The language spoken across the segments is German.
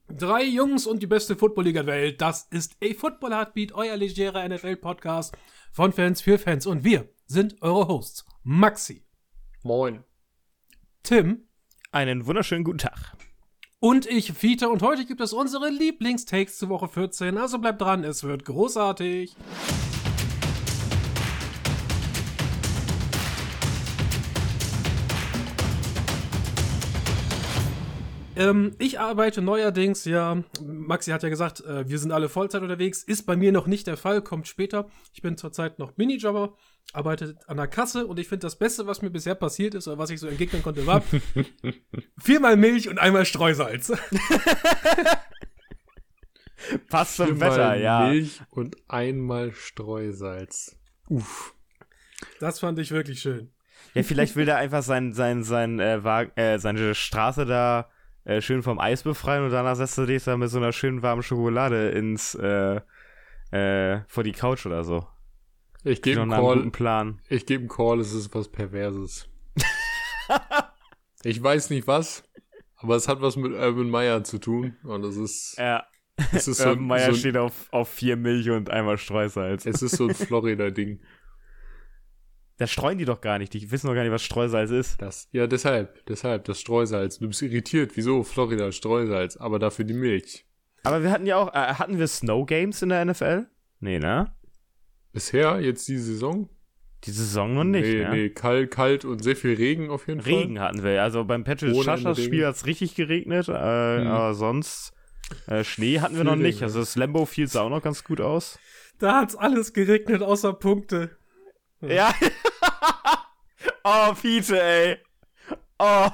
Drei Jungs und die beste Football-Liga der Welt. Das ist A Football Heartbeat, euer legerer NFL-Podcast von Fans für Fans. Und wir sind eure Hosts. Maxi. Moin. Tim. Einen wunderschönen guten Tag. Und ich, Fiete. Und heute gibt es unsere Lieblingstakes zur Woche 14. Also bleibt dran, es wird großartig. Ich arbeite neuerdings, ja, Maxi hat ja gesagt, wir sind alle Vollzeit unterwegs, ist bei mir noch nicht der Fall, kommt später. Ich bin zurzeit noch Minijobber, arbeite an der Kasse und ich finde, das Beste, was mir bisher passiert ist, oder was ich so entgegnen konnte, war 4-mal Milch und einmal Streusalz. Passt zum Wetter, ja. Milch und einmal Streusalz. Uff. Das fand ich wirklich schön. Ja, vielleicht will der einfach seine Straße da schön vom Eis befreien und danach setzt du dich da mit so einer schönen warmen Schokolade vor die Couch oder so. Ich gebe einen Call. Ich gebe einen Call, es ist was Perverses. Ich weiß nicht was, aber es hat was mit Urban Meyer zu tun und es ist... Ja. Es ist Urban Meyer steht auf 4 Milch und einmal Streusalz. Es ist so ein Florida-Ding. Das streuen die doch gar nicht. Die wissen doch gar nicht, was Streusalz ist. Deshalb, das Streusalz. Du bist irritiert. Wieso Florida Streusalz? Aber dafür die Milch. Aber wir hatten ja auch, hatten wir Snow Games in der NFL? Nee, ne? Bisher, jetzt die Saison? Die Saison noch nicht, ne? Nee, kalt und sehr viel Regen auf jeden Fall. Regen hatten wir, also beim Patriots-Chargers-Spiel hat es richtig geregnet, aber sonst Schnee hatten wir noch nicht. Also das Lambeau Field sah auch noch ganz gut aus. Da hat's alles geregnet, außer Punkte. Ja. Oh, Fiete, ey. Oh.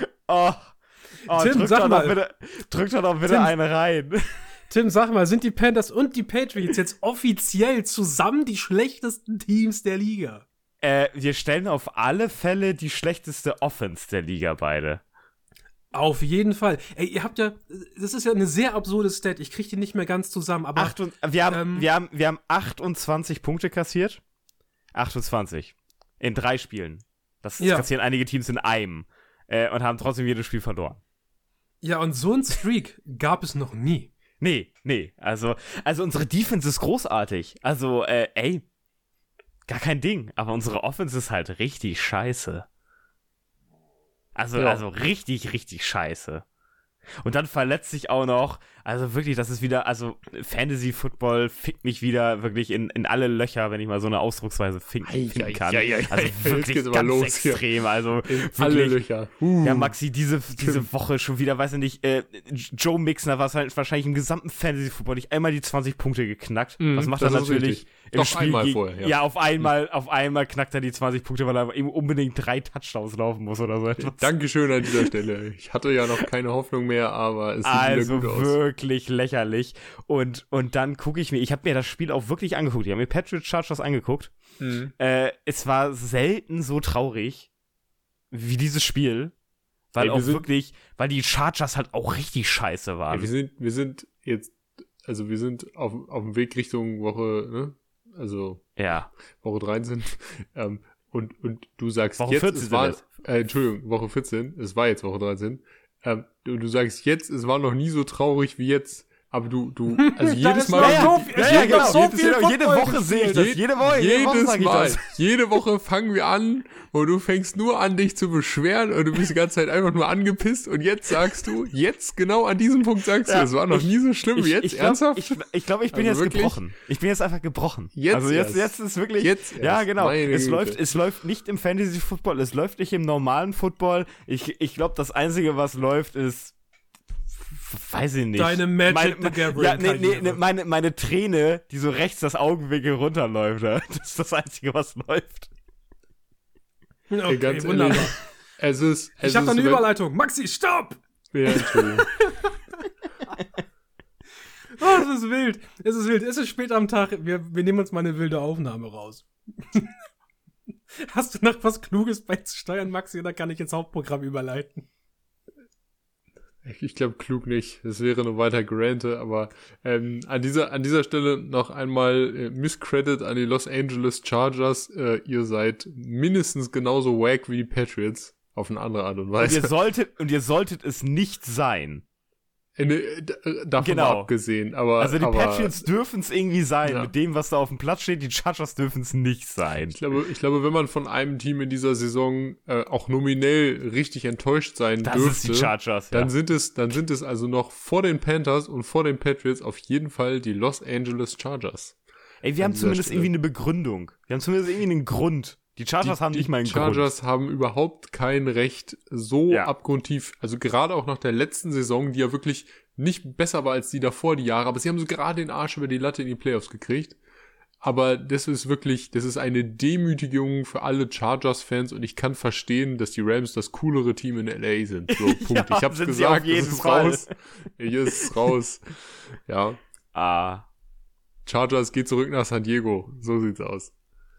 Tim, sag mal. Drück doch bitte einen rein. Tim, sag mal, sind die Panthers und die Patriots jetzt offiziell zusammen die schlechtesten Teams der Liga? Wir stellen auf alle Fälle die schlechteste Offense der Liga beide. Auf jeden Fall. Ey, ihr habt ja, das ist ja eine sehr absurde Stat, ich krieg die nicht mehr ganz zusammen, aber... Wir haben 28 Punkte kassiert. 28. In 3 Spielen. Das kassieren einige Teams in einem. Und haben trotzdem jedes Spiel verloren. Ja, und so ein Streak gab es noch nie. Nee. Also unsere Defense ist großartig. Also, gar kein Ding. Aber unsere Offense ist halt richtig scheiße. Also richtig, richtig scheiße. Und dann verletzt sich auch noch, also wirklich, das ist wieder, also Fantasy-Football fickt mich wieder wirklich in alle Löcher, wenn ich mal so eine Ausdrucksweise finden kann. Also wirklich ganz extrem, also wirklich, alle Löcher. Ja, Maxi, diese Woche schon wieder, weiß ich nicht, Joe Mixon war halt wahrscheinlich im gesamten Fantasy-Football nicht einmal die 20 Punkte geknackt. Was macht er natürlich im Spiel? Einmal vorher, ja, auf einmal knackt er die 20 Punkte, weil er eben unbedingt 3 Touchdowns laufen muss oder so etwas. Dankeschön an dieser Stelle. Ich hatte ja noch keine Hoffnung mehr, aber es sieht wieder gut aus. Wirklich lächerlich. Und dann gucke ich habe mir das Spiel auch wirklich angeguckt. Ich habe mir Patriots Chargers angeguckt. Es war selten so traurig wie dieses Spiel, weil die Chargers halt auch richtig scheiße waren. Ja, wir sind jetzt, also wir sind auf dem Weg Richtung Woche, ne? Also Woche 13. Und du sagst Woche jetzt, 14 es war, Entschuldigung, Woche 14, es war jetzt Woche 13. Du sagst jetzt, es war noch nie so traurig wie jetzt. Aber also jedes Mal. Jede Woche sehe ich das. Jede Woche sage ich das. Jede Woche fangen wir an und du fängst nur an, dich zu beschweren und du bist die ganze Zeit einfach nur angepisst und jetzt sagst du, genau an diesem Punkt sagst du, es war noch nie so schlimm wie jetzt, ernsthaft? Ich glaube, ich bin also jetzt gebrochen. Ich bin jetzt einfach gebrochen. Jetzt ist wirklich. Ja, genau. Es läuft nicht im Fantasy-Football, es läuft nicht im normalen Football. Ich glaube, das Einzige, was läuft, ist, weiß ich nicht. Deine Magic the Gathering. Meine Träne, die so rechts das Augenwinkel runterläuft. Das ist das Einzige, was läuft. Okay, ganz wunderbar. Ich hab da eine Überleitung. Maxi, stopp! Ja, Entschuldigung. Es ist wild. Es ist spät am Tag. Wir nehmen uns mal eine wilde Aufnahme raus. Hast du noch was Kluges beizusteuern, Maxi? Oder kann ich ins Hauptprogramm überleiten? Ich glaube klug nicht. Das wäre nur weiter Grante, aber an dieser Stelle noch einmal Misscredit an die Los Angeles Chargers. Ihr seid mindestens genauso wack wie die Patriots auf eine andere Art und Weise. Und ihr solltet es nicht sein. Davon abgesehen. Aber die Patriots dürfen es irgendwie sein. Ja. Mit dem, was da auf dem Platz steht, die Chargers dürfen es nicht sein. Ich glaube, wenn man von einem Team in dieser Saison auch nominell richtig enttäuscht sein dürfte, ist die Chargers, dann sind es also noch vor den Panthers und vor den Patriots auf jeden Fall die Los Angeles Chargers. Ey, wir haben zumindest irgendwie eine Begründung. Wir haben zumindest irgendwie einen Grund. Die Chargers haben nicht mal einen Grund. Die Chargers haben überhaupt kein Recht, so abgrundtief, also gerade auch nach der letzten Saison, die ja wirklich nicht besser war als die davor, die Jahre, aber sie haben so gerade den Arsch über die Latte in die Playoffs gekriegt. Aber das ist eine Demütigung für alle Chargers-Fans und ich kann verstehen, dass die Rams das coolere Team in LA sind. So, Punkt. Ja, ich hab's sind sie gesagt, auf jeden es ist Fall. raus. Hier ist es raus. Ja. Chargers geht zurück nach San Diego. So sieht's aus.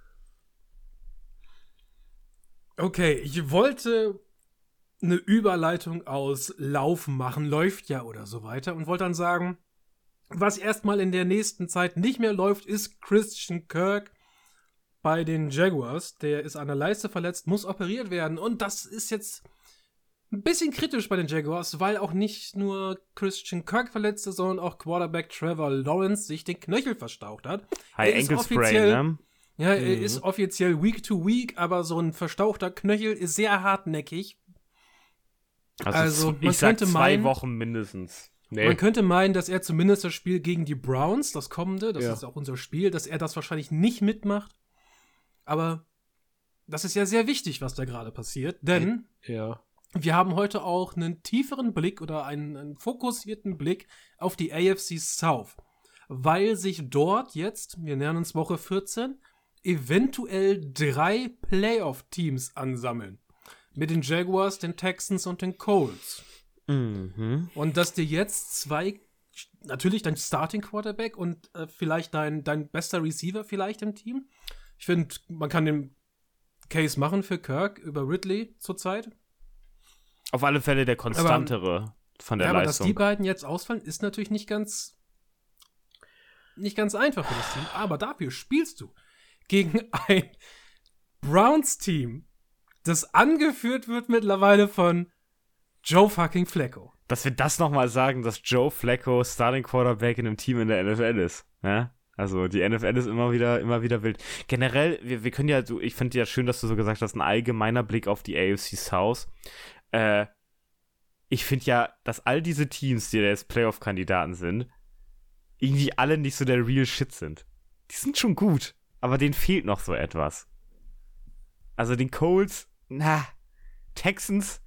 Okay, ich wollte eine Überleitung aus Laufen machen, läuft ja oder so weiter und wollte dann sagen, was erstmal in der nächsten Zeit nicht mehr läuft, ist Christian Kirk bei den Jaguars. Der ist an der Leiste verletzt, muss operiert werden und das ist jetzt ein bisschen kritisch bei den Jaguars, weil auch nicht nur Christian Kirk verletzt ist, sondern auch Quarterback Trevor Lawrence sich den Knöchel verstaucht hat. High Ankle Sprain, ne? Ja, er ist offiziell Week to Week, aber so ein verstauchter Knöchel ist sehr hartnäckig. Also man könnte 2 Wochen mindestens. Nee. Man könnte meinen, dass er zumindest das Spiel gegen die Browns, das kommende, das ist auch unser Spiel, dass er das wahrscheinlich nicht mitmacht. Aber das ist ja sehr wichtig, was da gerade passiert, denn wir haben heute auch einen tieferen Blick oder einen fokussierten Blick auf die AFC South, weil sich dort jetzt, wir nähern uns Woche 14, eventuell 3 Playoff-Teams ansammeln. Mit den Jaguars, den Texans und den Colts. Mhm. Und dass dir jetzt 2, natürlich dein Starting Quarterback und vielleicht dein bester Receiver vielleicht im Team. Ich finde, man kann den Case machen für Kirk über Ridley zurzeit. Auf alle Fälle der konstantere von der Leistung. Aber dass die beiden jetzt ausfallen, ist natürlich nicht ganz einfach für das Team. Aber dafür spielst du gegen ein Browns-Team, das angeführt wird mittlerweile von Joe fucking Flacco. Dass wir das nochmal sagen, dass Joe Flacco Starting Quarterback in einem Team in der NFL ist. Ja? Also die NFL ist immer wieder wild. Generell, wir können ja, ich finde ja schön, dass du so gesagt hast, ein allgemeiner Blick auf die AFC South. Ich finde ja, dass all diese Teams, die jetzt Playoff-Kandidaten sind, irgendwie alle nicht so der Real Shit sind. Die sind schon gut, aber denen fehlt noch so etwas. Also den Colts, Texans,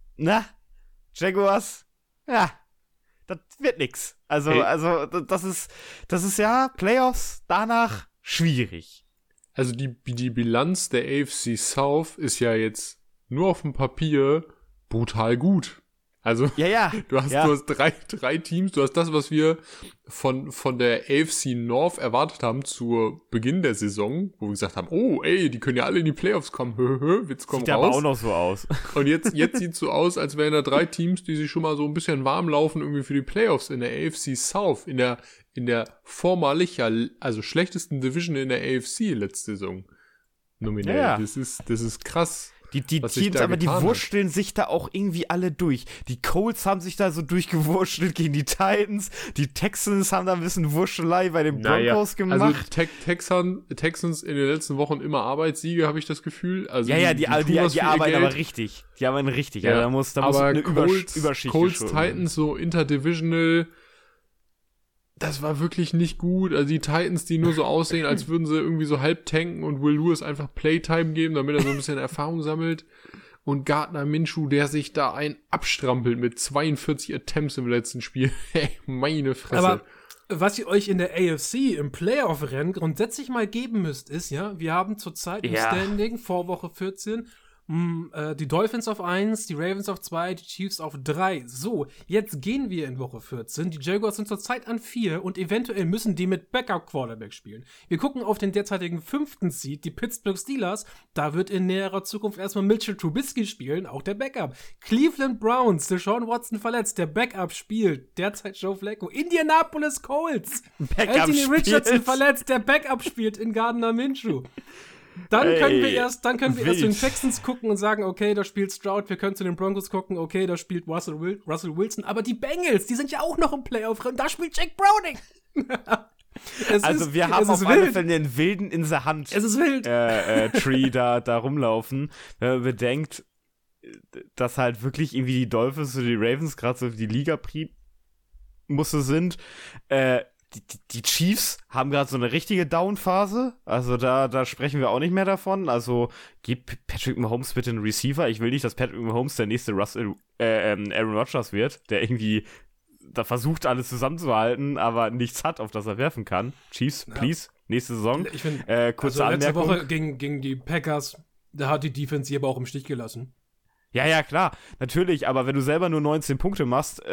Jaguars, das wird nix. Also das ist ja Playoffs, danach schwierig. Also die Bilanz der AFC South ist ja jetzt nur auf dem Papier brutal gut. Also, du hast drei Teams, du hast das, was wir von der AFC North erwartet haben zu Beginn der Saison, wo wir gesagt haben, oh, ey, die können ja alle in die Playoffs kommen, Witz, kommen raus. Sieht aber auch noch so aus. Und jetzt sieht so aus, als wären da 3 Teams, die sich schon mal so ein bisschen warm laufen irgendwie für die Playoffs in der AFC South, in der vormalig also schlechtesten Division in der AFC letzte Saison nominell. Ja. Das ist krass. Die Teams, aber die wursteln sich da auch irgendwie alle durch. Die Colts haben sich da so durchgewurschtelt gegen die Titans. Die Texans haben da ein bisschen Wurstelei bei den Broncos gemacht. Also Texans in den letzten Wochen immer Arbeitssiege, habe ich das Gefühl. Also die arbeiten aber richtig. Die arbeiten richtig. Ja, da muss aber eine Colts Überschicht Titans so interdivisional, das war wirklich nicht gut. Also die Titans, die nur so aussehen, als würden sie irgendwie so halb tanken und Will Lewis einfach Playtime geben, damit er so ein bisschen Erfahrung sammelt. Und Gardner Minshew, der sich da abstrampelt mit 42 Attempts im letzten Spiel. Hey, meine Fresse. Aber was ihr euch in der AFC im Playoff-Rennen grundsätzlich mal geben müsst, ist, wir haben zurzeit im Standing vor Woche 14 die Dolphins auf 1, die Ravens auf 2, die Chiefs auf 3. So, jetzt gehen wir in Woche 14. Die Jaguars sind zurzeit an 4 und eventuell müssen die mit Backup-Quarterback spielen. Wir gucken auf den derzeitigen 5. Seed, die Pittsburgh Steelers. Da wird in näherer Zukunft erstmal Mitchell Trubisky spielen, auch der Backup. Cleveland Browns, Deshaun Watson verletzt, der Backup spielt. Derzeit Joe Flacco. Indianapolis Colts, Anthony Richardson verletzt, der Backup spielt in Gardner Minshew. Dann können wir erst zu den Texans gucken und sagen, okay, da spielt Stroud, wir können zu den Broncos gucken, okay, da spielt Russell Wilson, aber die Bengals, die sind ja auch noch im Playoff und da spielt Jack Browning. Wir haben auf alle Fälle den Wilden in der Hand. Es ist wild. Tree da rumlaufen. Wenn man bedenkt, dass halt wirklich irgendwie die Dolphins und die Ravens gerade so die Liga-Primusse sind. Die Chiefs haben gerade so eine richtige Down-Phase. Also da sprechen wir auch nicht mehr davon. Also gib Patrick Mahomes bitte einen Receiver. Ich will nicht, dass Patrick Mahomes der nächste Aaron Rodgers wird, der irgendwie da versucht, alles zusammenzuhalten, aber nichts hat, auf das er werfen kann. Chiefs, please, nächste Saison. Ich find, kurze Anmerkung. Letzte Woche gegen die Packers, da hat die Defense hier aber auch im Stich gelassen. Ja, klar, natürlich, aber wenn du selber nur 19 Punkte machst,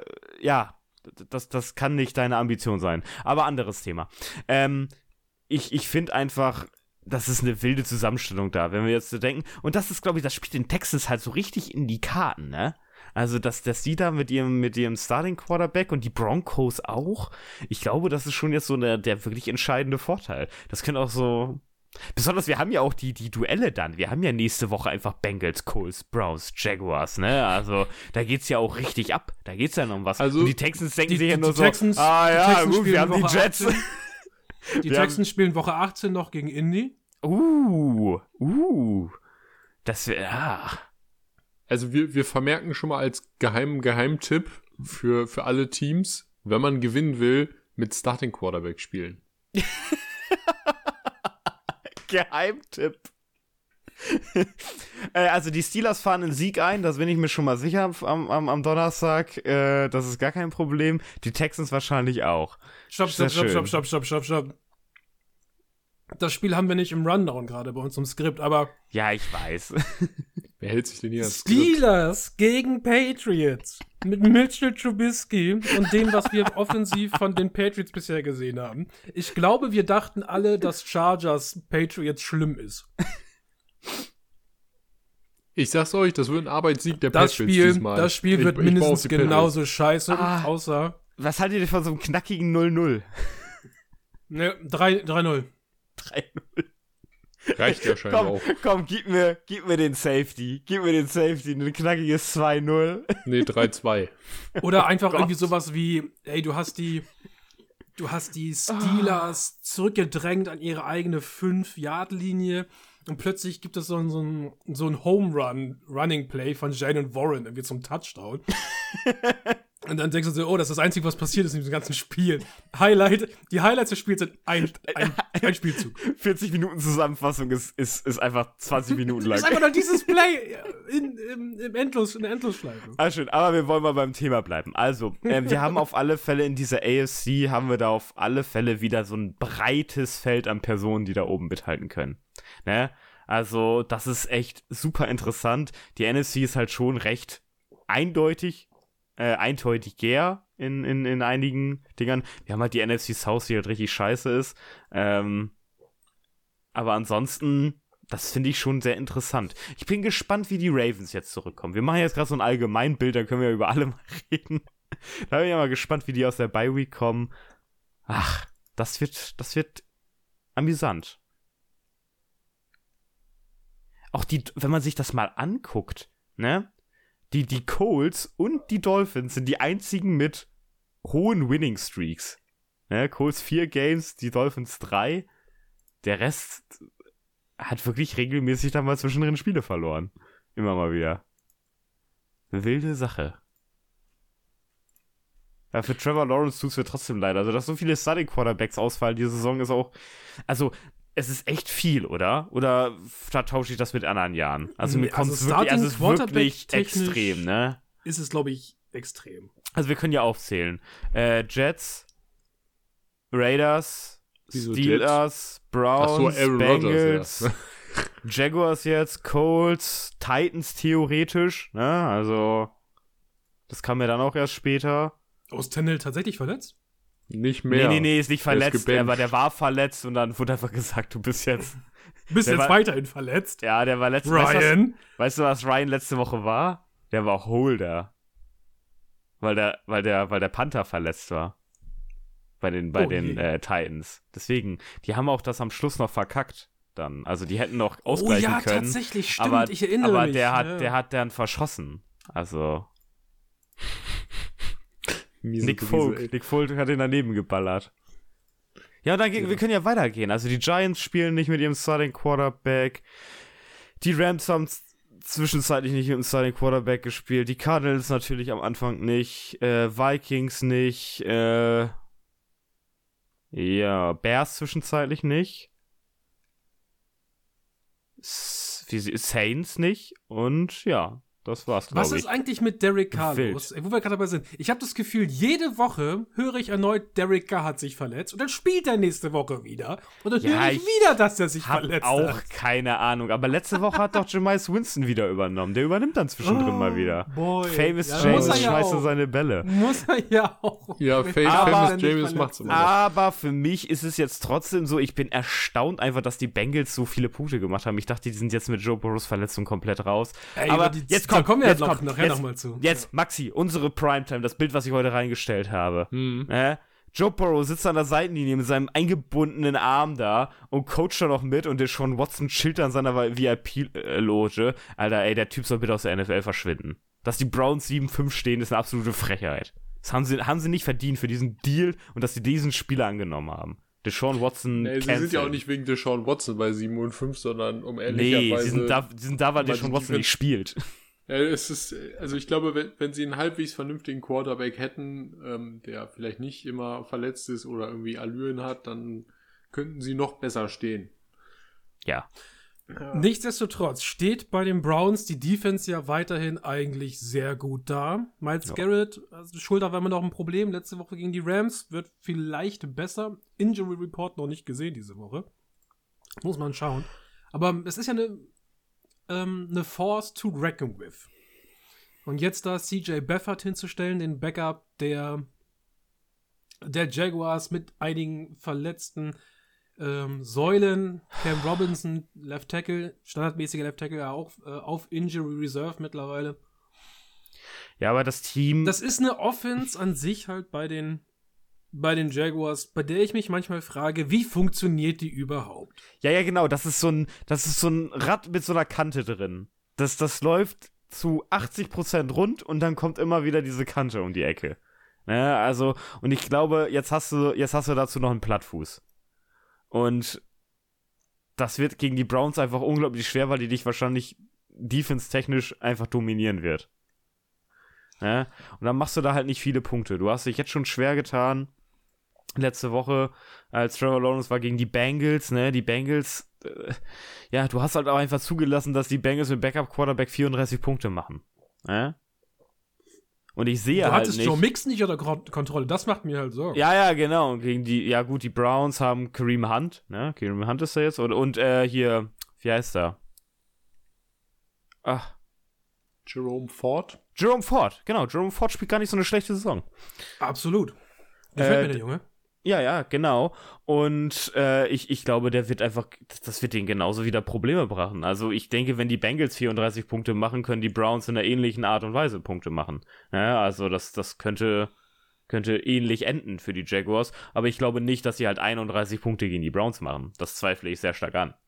das kann nicht deine Ambition sein. Aber anderes Thema. Ich finde einfach, das ist eine wilde Zusammenstellung da, wenn wir jetzt so denken. Und das ist, glaube ich, das spielt den Texans halt so richtig in die Karten, ne? Also, dass die da mit ihrem Starting Quarterback und die Broncos auch, ich glaube, das ist schon jetzt so der wirklich entscheidende Vorteil. Das könnte auch so, besonders, wir haben ja auch die Duelle dann. Wir haben ja nächste Woche einfach Bengals, Colts, Browns, Jaguars, ne? Also, da geht's ja auch richtig ab. Da geht's ja noch um was. Also, und die Texans denken sich ja nur Texans, so, gut, wir haben die Jets. Die Texans spielen Woche 18 noch gegen Indy. Das wäre, Also wir vermerken schon mal als Geheimtipp für alle Teams, wenn man gewinnen will, mit Starting Quarterback spielen. Geheimtipp. Also die Steelers fahren einen Sieg ein, das bin ich mir schon mal sicher am Donnerstag. Das ist gar kein Problem. Die Texans wahrscheinlich auch. Stopp. Das Spiel haben wir nicht im Rundown gerade bei uns im Skript, aber... Ja, ich weiß. Wer hält sich denn hier ans Steelers gegen Patriots mit Mitchell Trubisky und dem, was wir offensiv von den Patriots bisher gesehen haben. Ich glaube, wir dachten alle, dass Chargers Patriots schlimm ist. Ich sag's euch, das wird ein Arbeitssieg der Patriots diesmal. Das Spiel wird mindestens genauso scheiße, außer... Was haltet ihr von so einem knackigen 0-0? Ne, 3-0. 3-0. Reicht ja scheinbar auch. Komm, gib mir den Safety. Ein knackiges 2-0. Nee, 3-2. Oder einfach irgendwie sowas wie, ey, du hast die Steelers zurückgedrängt an ihre eigene 5-Yard-Linie und plötzlich gibt es so ein Home-Run-Running-Play von Jalen Warren irgendwie zum Touchdown. Und dann denkst du so, das ist das Einzige, was passiert ist in diesem ganzen Spiel. Die Highlights des Spiels sind ein Spielzug. 40 Minuten Zusammenfassung ist einfach 20 Minuten lang. Das ist einfach nur dieses Play in der Endlosschleife. Schön, aber wir wollen mal beim Thema bleiben. Also, wir haben auf alle Fälle in dieser AFC, haben wir da auf alle Fälle wieder so ein breites Feld an Personen, die da oben mithalten können. Ne? Also, das ist echt super interessant. Die NFC ist halt schon recht eindeutiger in einigen Dingern. Wir haben halt die NFC South, die halt richtig scheiße ist. Aber ansonsten, das finde ich schon sehr interessant. Ich bin gespannt, wie die Ravens jetzt zurückkommen. Wir machen jetzt gerade so ein Allgemeinbild, da können wir über alle mal reden. Da bin ich mal gespannt, wie die aus der Bye-Week kommen. Ach, das wird amüsant. Auch wenn man sich das mal anguckt, ne? Die Colts und die Dolphins sind die einzigen mit hohen Winning-Streaks. Ne? Colts 4 Games, die Dolphins 3. Der Rest hat wirklich regelmäßig dann mal zwischendrin Spiele verloren. Immer mal wieder. Eine wilde Sache. Ja, für Trevor Lawrence tut's mir trotzdem leid. Also, dass so viele Starting Quarterbacks ausfallen diese Saison ist auch... Also, es ist echt viel, oder? Oder tausche ich das mit anderen Jahren? Also mir kommt es wirklich, es ist wirklich extrem, ne? Ist es, glaube ich, extrem. Also wir können ja aufzählen. Jets, Raiders, Steelers, Browns, Bengals, Jaguars jetzt, Colts, Titans theoretisch, ne? Also das kam ja dann auch erst später. Ist Tannehill tatsächlich verletzt? Nicht mehr. Nee, ist nicht verletzt, aber der war verletzt und dann wurde einfach gesagt, du bist jetzt... weiterhin verletzt? Ja, der war letzte Woche... Weißt du, was Ryan letzte Woche war? Der war Holder. Weil der Panther verletzt war. Bei den Titans. Deswegen, die haben auch das am Schluss noch verkackt. dann. Also die hätten noch ausgleichen können. Oh ja, tatsächlich, stimmt, ich erinnere mich. Aber der hat dann verschossen. Also Nick Folk hat ihn daneben geballert. Ja, und dann wir können ja weitergehen. Also die Giants spielen nicht mit ihrem Starting Quarterback. Die Rams haben zwischenzeitlich nicht mit dem Starting Quarterback gespielt. Die Cardinals natürlich am Anfang nicht. Vikings nicht. Bears zwischenzeitlich nicht. Saints nicht. Und ja, das war's, glaube ich. Was ist eigentlich mit Derek Carr los? Wo wir gerade dabei sind. Ich habe das Gefühl, jede Woche höre ich erneut, Derek Carr hat sich verletzt. Und dann spielt er nächste Woche wieder. Und dann höre ich wieder, dass er sich verletzt hat. Auch keine Ahnung. Aber letzte Woche hat doch Jameis Winston wieder übernommen. Der übernimmt dann zwischendrin mal wieder. Boy. Famous James schmeißt seine Bälle. Muss er ja auch. Ja, Famous James macht's immer. Aber für mich ist es jetzt trotzdem so, ich bin erstaunt einfach, dass die Bengals so viele Punkte gemacht haben. Ich dachte, die sind jetzt mit Joe Burrows Verletzung komplett raus. Ey, aber jetzt kommen wir nachher nochmal zu. Jetzt, Maxi, unsere Primetime, das Bild, was ich heute reingestellt habe. Joe Burrow sitzt an der Seitenlinie mit seinem eingebundenen Arm da und coacht da noch mit und der Sean Watson chillt an seiner VIP-Loge. Alter, ey, der Typ soll bitte aus der NFL verschwinden. Dass die Browns 7-5 stehen, ist eine absolute Frechheit. Das haben sie nicht verdient für diesen Deal und dass sie diesen Spieler angenommen haben. Deshaun Watson sie sind ja auch nicht wegen Deshaun Watson bei 7 und 5, sondern um ehrlicherweise... sie sind da, weil Deshaun Watson nicht spielt. Ja, also ich glaube, wenn sie einen halbwegs vernünftigen Quarterback hätten, der vielleicht nicht immer verletzt ist oder irgendwie Allüren hat, dann könnten sie noch besser stehen. Ja. Nichtsdestotrotz steht bei den Browns die Defense ja weiterhin eigentlich sehr gut da. Myles Garrett, also Schulter war immer noch ein Problem. Letzte Woche gegen die Rams, wird vielleicht besser. Injury Report noch nicht gesehen diese Woche. Muss man schauen. Aber es ist ja eine Force to reckon with. Und jetzt da CJ Beathard hinzustellen, den Backup der Jaguars mit einigen verletzten Säulen, Cam Robinson, Left Tackle, standardmäßiger Left Tackle, auch auf Injury Reserve mittlerweile. Ja, aber das Team... Das ist eine Offense an sich halt bei den Jaguars, bei der ich mich manchmal frage, wie funktioniert die überhaupt? Ja, genau, das ist so ein Rad mit so einer Kante drin. Das läuft zu 80% rund und dann kommt immer wieder diese Kante um die Ecke. Ne, also, und ich glaube, jetzt hast du dazu noch einen Plattfuß. Und das wird gegen die Browns einfach unglaublich schwer, weil die dich wahrscheinlich defense-technisch einfach dominieren wird. Ne? Und dann machst du da halt nicht viele Punkte. Du hast dich jetzt schon schwer getan. Letzte Woche, als Trevor Lawrence war gegen die Bengals, ne, die Bengals, du hast halt auch einfach zugelassen, dass die Bengals mit Backup-Quarterback 34 Punkte machen. Ne? Und ich sehe halt nicht... Du hattest Joe Mixon nicht unter Kontrolle, das macht mir halt Sorgen. Ja, genau. Und gegen die Browns haben Kareem Hunt, ne? Kareem Hunt ist er jetzt. Und hier, wie heißt er? Jerome Ford, genau. Jerome Ford spielt gar nicht so eine schlechte Saison. Absolut. Gefällt mir der Junge. Ja, genau. Und ich glaube, das wird denen genauso wieder Probleme brachen. Also ich denke, wenn die Bengals 34 Punkte machen, können die Browns in einer ähnlichen Art und Weise Punkte machen. Ja, also das könnte ähnlich enden für die Jaguars. Aber ich glaube nicht, dass sie halt 31 Punkte gegen die Browns machen. Das zweifle ich sehr stark an.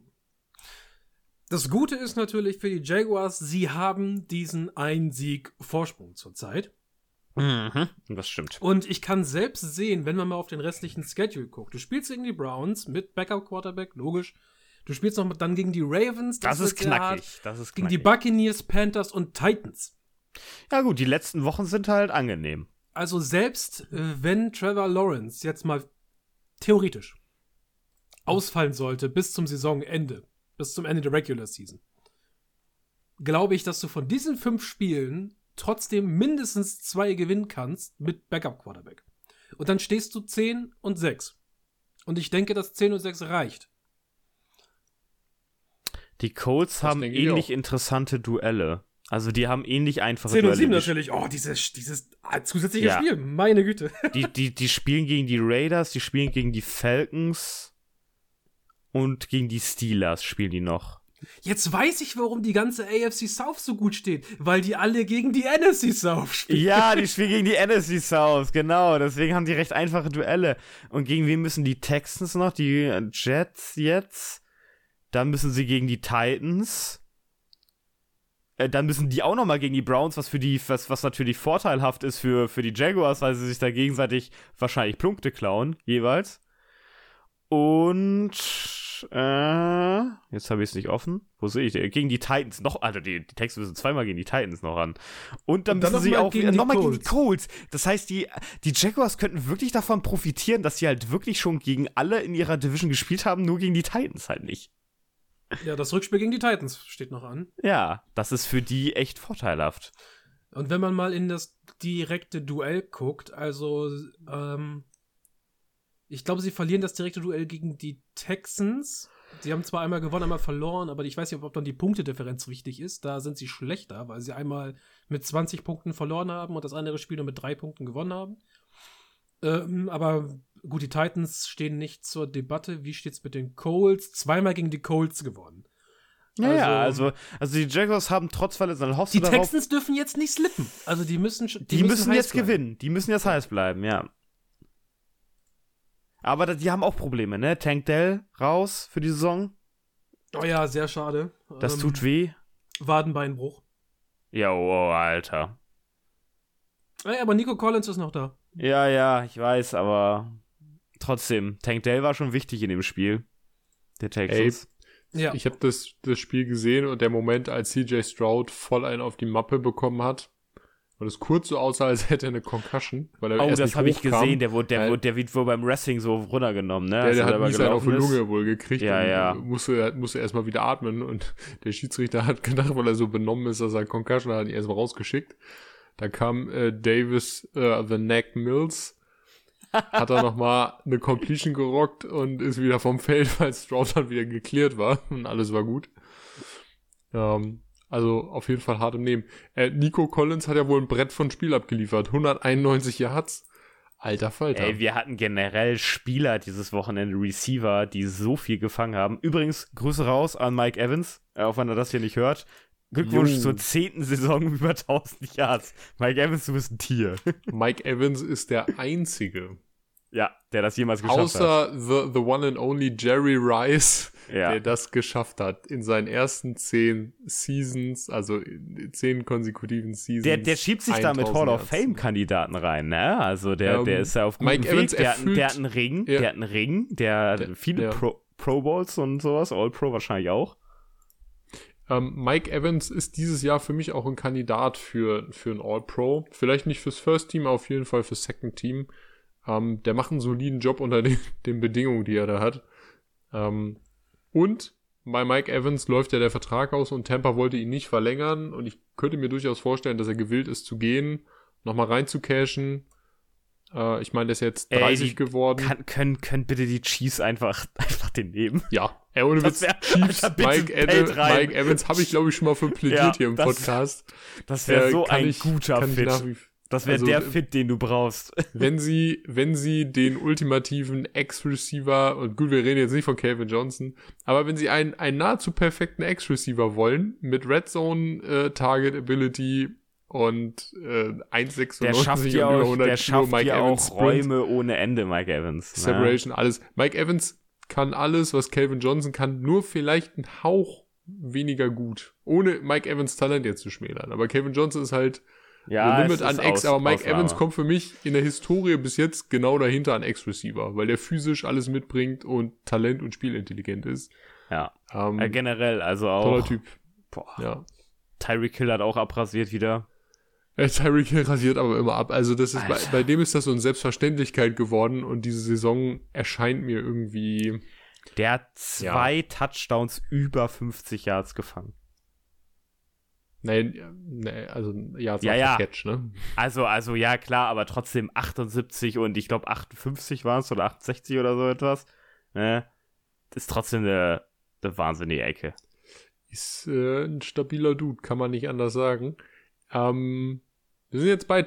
Das Gute ist natürlich für die Jaguars, sie haben diesen Ein-Sieg-Vorsprung zurzeit. Das stimmt. Und ich kann selbst sehen, wenn man mal auf den restlichen Schedule guckt. Du spielst gegen die Browns mit Backup-Quarterback, logisch. Du spielst noch dann gegen die Ravens. Das ist knackig. Gegen die Buccaneers, Panthers und Titans. Ja gut, die letzten Wochen sind halt angenehm. Also selbst wenn Trevor Lawrence jetzt mal theoretisch ausfallen sollte bis zum Saisonende, bis zum Ende der Regular Season, glaube ich, dass du von diesen 5 Spielen trotzdem mindestens 2 gewinnen kannst mit Backup-Quarterback. Und dann stehst du 10-6. Und ich denke, dass 10-6 reicht. Die Colts haben ähnlich interessante Duelle. Also die haben ähnlich einfache 10-7 Duelle. Natürlich. Oh, dieses zusätzliche Spiel. Meine Güte. Die spielen gegen die Raiders, die spielen gegen die Falcons und gegen die Steelers spielen die noch. Jetzt weiß ich, warum die ganze AFC South so gut steht, weil die alle gegen die NFC South spielen. Ja, die spielen gegen die NFC South, genau. Deswegen haben die recht einfache Duelle. Und gegen wen müssen die Texans noch? Die Jets jetzt? Dann müssen sie gegen die Titans. Dann müssen die auch nochmal gegen die Browns, was natürlich vorteilhaft ist für die Jaguars, weil sie sich da gegenseitig wahrscheinlich Punkte klauen, jeweils. Und jetzt habe ich es nicht offen. Wo sehe ich den? Gegen die Titans noch. Also die Texans müssen zweimal gegen die Titans noch ran. Und dann müssen sie auch nochmal gegen die Colts. Das heißt, die Jaguars könnten wirklich davon profitieren, dass sie halt wirklich schon gegen alle in ihrer Division gespielt haben, nur gegen die Titans halt nicht. Ja, das Rückspiel gegen die Titans steht noch an. Ja, das ist für die echt vorteilhaft. Und wenn man mal in das direkte Duell guckt, also ich glaube, sie verlieren das direkte Duell gegen die Texans. Sie haben zwar einmal gewonnen, einmal verloren, aber ich weiß nicht, ob dann die Punktedifferenz wichtig ist. Da sind sie schlechter, weil sie einmal mit 20 Punkten verloren haben und das andere Spiel nur mit 3 Punkten gewonnen haben. Aber gut, die Titans stehen nicht zur Debatte. Wie steht's mit den Colts? Zweimal gegen die Colts gewonnen. Also die Jaguars haben trotz Verletzungen die Texans dürfen jetzt nicht slippen. Also die müssen jetzt gewinnen. Die müssen jetzt heiß bleiben, ja. Aber die haben auch Probleme, ne? Tank Dell raus für die Saison. Oh ja, sehr schade. Das tut weh. Wadenbeinbruch. Ja, oh, Alter. Ey, aber Nico Collins ist noch da. Ja, ich weiß, aber trotzdem, Tank Dell war schon wichtig in dem Spiel. Der Texans. Ja. Ich habe das Spiel gesehen und der Moment, als CJ Stroud voll einen auf die Mappe bekommen hat, und es kurz so aussah, als hätte er eine Concussion, weil er erst das habe ich gesehen, der wird wohl beim Wrestling so runtergenommen, ne? Der hat mies einen auf die Lunge wohl gekriegt und musste erstmal wieder atmen und der Schiedsrichter hat gedacht, weil er so benommen ist, dass er Concussion hat, ihn erstmal rausgeschickt. Da kam Davis, The Neck Mills, hat er nochmal eine Completion gerockt und ist wieder vom Feld, weil Stroud dann wieder geklärt war und alles war gut. Also auf jeden Fall hart im Nehmen. Nico Collins hat ja wohl ein Brett von Spiel abgeliefert. 191 Yards. Alter Falter. Ey, wir hatten generell Spieler dieses Wochenende, Receiver, die so viel gefangen haben. Übrigens, Grüße raus an Mike Evans, auch wenn er das hier nicht hört. Glückwunsch zur 10. Saison über 1000 Yards. Mike Evans, du bist ein Tier. Mike Evans ist der Einzige. Ja, der das jemals geschafft hat. Außer the one and only Jerry Rice, der das geschafft hat in seinen ersten 10 Seasons, also 10 konsekutiven Seasons. Der schiebt sich da mit Hall of Fame-Kandidaten rein, ne? Also der ist ja auf gutem Weg. Der hat einen Ring, der hat viele Pro Bowls und sowas, All-Pro wahrscheinlich auch. Mike Evans ist dieses Jahr für mich auch ein Kandidat für ein All-Pro. Vielleicht nicht fürs First Team, aber auf jeden Fall fürs Second Team. Der macht einen soliden Job unter den Bedingungen, die er da hat. Und bei Mike Evans läuft ja der Vertrag aus und Tampa wollte ihn nicht verlängern. Und ich könnte mir durchaus vorstellen, dass er gewillt ist zu gehen, nochmal reinzucashen. Ich meine, der ist jetzt 30 geworden. Können bitte die Chiefs einfach den nehmen? Ja, ohne Witz. Chiefs, Mike Evans habe ich, glaube ich, schon mal für plädiert hier im Podcast. Das wäre so ein guter Fit. Das wäre der Fit, den du brauchst. Wenn sie den ultimativen Ex-Receiver, und gut, wir reden jetzt nicht von Calvin Johnson, aber wenn sie einen nahezu perfekten Ex-Receiver wollen, mit Red Zone Target Ability und 1,96 und über 100 Kilo, Mike Evans auch Räume ohne Ende, Mike Evans. Separation, alles. Mike Evans kann alles, was Calvin Johnson kann, nur vielleicht einen Hauch weniger gut. Ohne Mike Evans Talent jetzt zu schmälern. Aber Calvin Johnson ist halt Limit an Ex, aber Mike Evans kommt für mich in der Historie bis jetzt genau dahinter an Ex-Receiver, weil der physisch alles mitbringt und Talent und spielintelligent ist. Ja, generell, also auch. Toller Typ. Boah. Ja. Tyreek Hill hat auch abrasiert wieder. Tyreek Hill rasiert aber immer ab. Also das ist bei dem ist das so eine Selbstverständlichkeit geworden und diese Saison erscheint mir irgendwie. Der hat 2 Touchdowns über 50 Yards gefangen. Nee, also Catch, ne? Also ja, klar, aber trotzdem 78 und ich glaube 58 waren es oder 68 oder so etwas. Ne? Ist trotzdem eine wahnsinnige Ecke. Ist ein stabiler Dude, kann man nicht anders sagen. Wir sind jetzt bei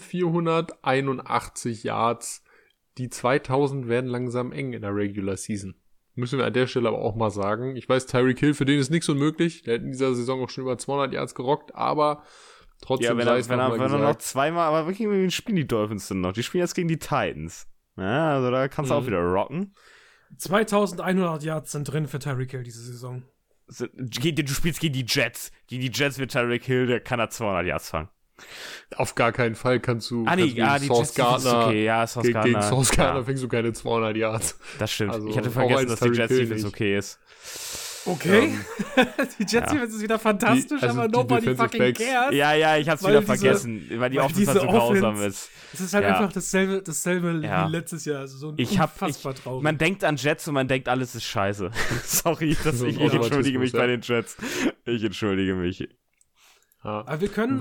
1481 Yards. Die 2000 werden langsam eng in der Regular Season. Müssen wir an der Stelle aber auch mal sagen. Ich weiß, Tyreek Hill, für den ist nichts unmöglich. Der hat in dieser Saison auch schon über 200 Yards gerockt, aber trotzdem wenn er noch zweimal, aber wirklich spielen die Dolphins denn noch. Die spielen jetzt gegen die Titans. Ja, also da kannst du auch wieder rocken. 2100 Yards sind drin für Tyreek Hill diese Saison. Du spielst gegen die Jets. Gegen die Jets wird Tyreek Hill, der kann 200 Yards fangen. Auf gar keinen Fall kannst du die Sauce Gardner, okay. Ja, Sauce Gardner. Gegen Sauce Gardner fängst du keine 200 Yards. Das stimmt. Also, ich hatte vergessen, dass die Jets-Defense okay ist. Okay. Die Jets-Defense ist wieder fantastisch, aber nobody fucking cares. Ja, ich hab's wieder vergessen, weil die Offense halt so grausam ist. Es ist halt einfach dasselbe wie letztes Jahr. Also so unfassbar traurig. Man denkt an Jets und man denkt, alles ist scheiße. Sorry, ich entschuldige mich bei den Jets. Ich entschuldige mich. Aber wir können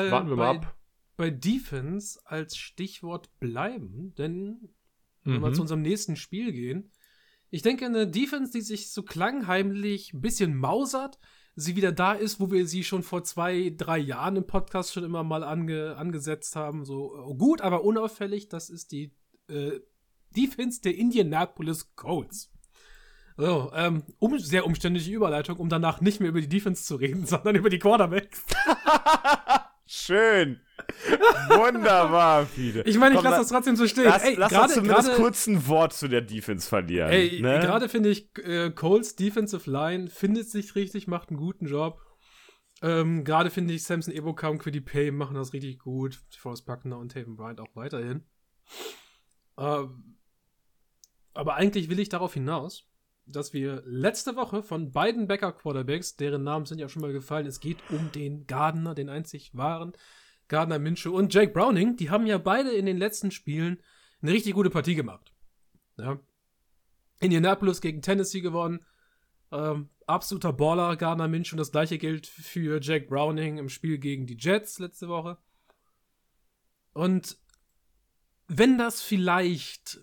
bei Defense als Stichwort bleiben, denn wenn wir zu unserem nächsten Spiel gehen, ich denke, eine Defense, die sich so klangheimlich ein bisschen mausert, sie wieder da ist, wo wir sie schon vor 2-3 Jahren im Podcast schon immer mal angesetzt haben. So gut, aber unauffällig, das ist die Defense der Indianapolis Colts. So, sehr umständliche Überleitung, um danach nicht mehr über die Defense zu reden, sondern über die Quarterbacks. Schön. Wunderbar, Fide. Ich meine, ich lasse das trotzdem so stehen. Lass uns zumindest kurz ein Wort zu der Defense verlieren. Gerade finde ich, Colts Defensive Line findet sich richtig, macht einen guten Job. Gerade finde ich, Samson Ebukam und Kwity Paye machen das richtig gut. Forrest Buckner und Taven Bryant auch weiterhin. Aber eigentlich will ich darauf hinaus, dass wir letzte Woche von beiden Backup-Quarterbacks, deren Namen sind ja schon mal gefallen, es geht um den Gardner, den einzig wahren, Gardner Minshew und Jake Browning, die haben ja beide in den letzten Spielen eine richtig gute Partie gemacht. Ja. Indianapolis gegen Tennessee gewonnen, absoluter Baller, Gardner Minshew, und das gleiche gilt für Jake Browning im Spiel gegen die Jets letzte Woche. Und wenn das vielleicht,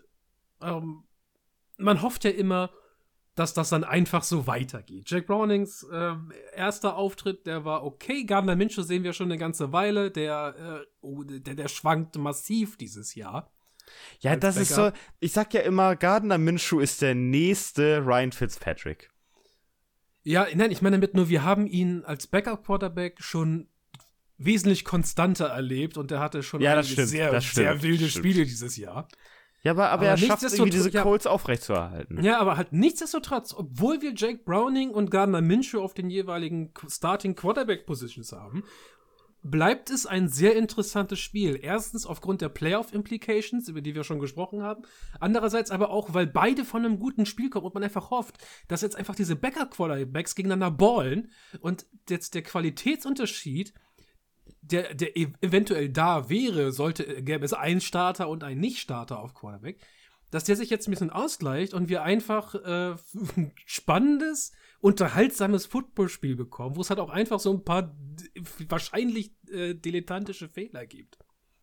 man hofft ja immer, dass das dann einfach so weitergeht. Jake Brownings erster Auftritt, der war okay. Gardner Minshew sehen wir schon eine ganze Weile. Der schwankt massiv dieses Jahr. Ja, das ist so, ich sag ja immer, Gardner Minshew ist der nächste Ryan Fitzpatrick. Ja, nein, ich meine damit nur, wir haben ihn als Backup-Quarterback schon wesentlich konstanter erlebt und er hatte schon sehr wilde Spiele dieses Jahr. Ja, aber er schafft es irgendwie, diese Colts aufrechtzuerhalten. Ja, aber halt nichtsdestotrotz, obwohl wir Jake Browning und Gardner Minshew auf den jeweiligen Starting Quarterback Positions haben, bleibt es ein sehr interessantes Spiel. Erstens aufgrund der Playoff-Implications, über die wir schon gesprochen haben. Andererseits aber auch, weil beide von einem guten Spiel kommen und man einfach hofft, dass jetzt einfach diese Backup-Quarterbacks gegeneinander ballen und jetzt der Qualitätsunterschied, der eventuell da wäre, gäbe es einen Starter und einen Nicht-Starter auf Quarterback, dass der sich jetzt ein bisschen ausgleicht und wir einfach ein spannendes, unterhaltsames Footballspiel bekommen, wo es halt auch einfach so ein paar wahrscheinlich dilettantische Fehler gibt.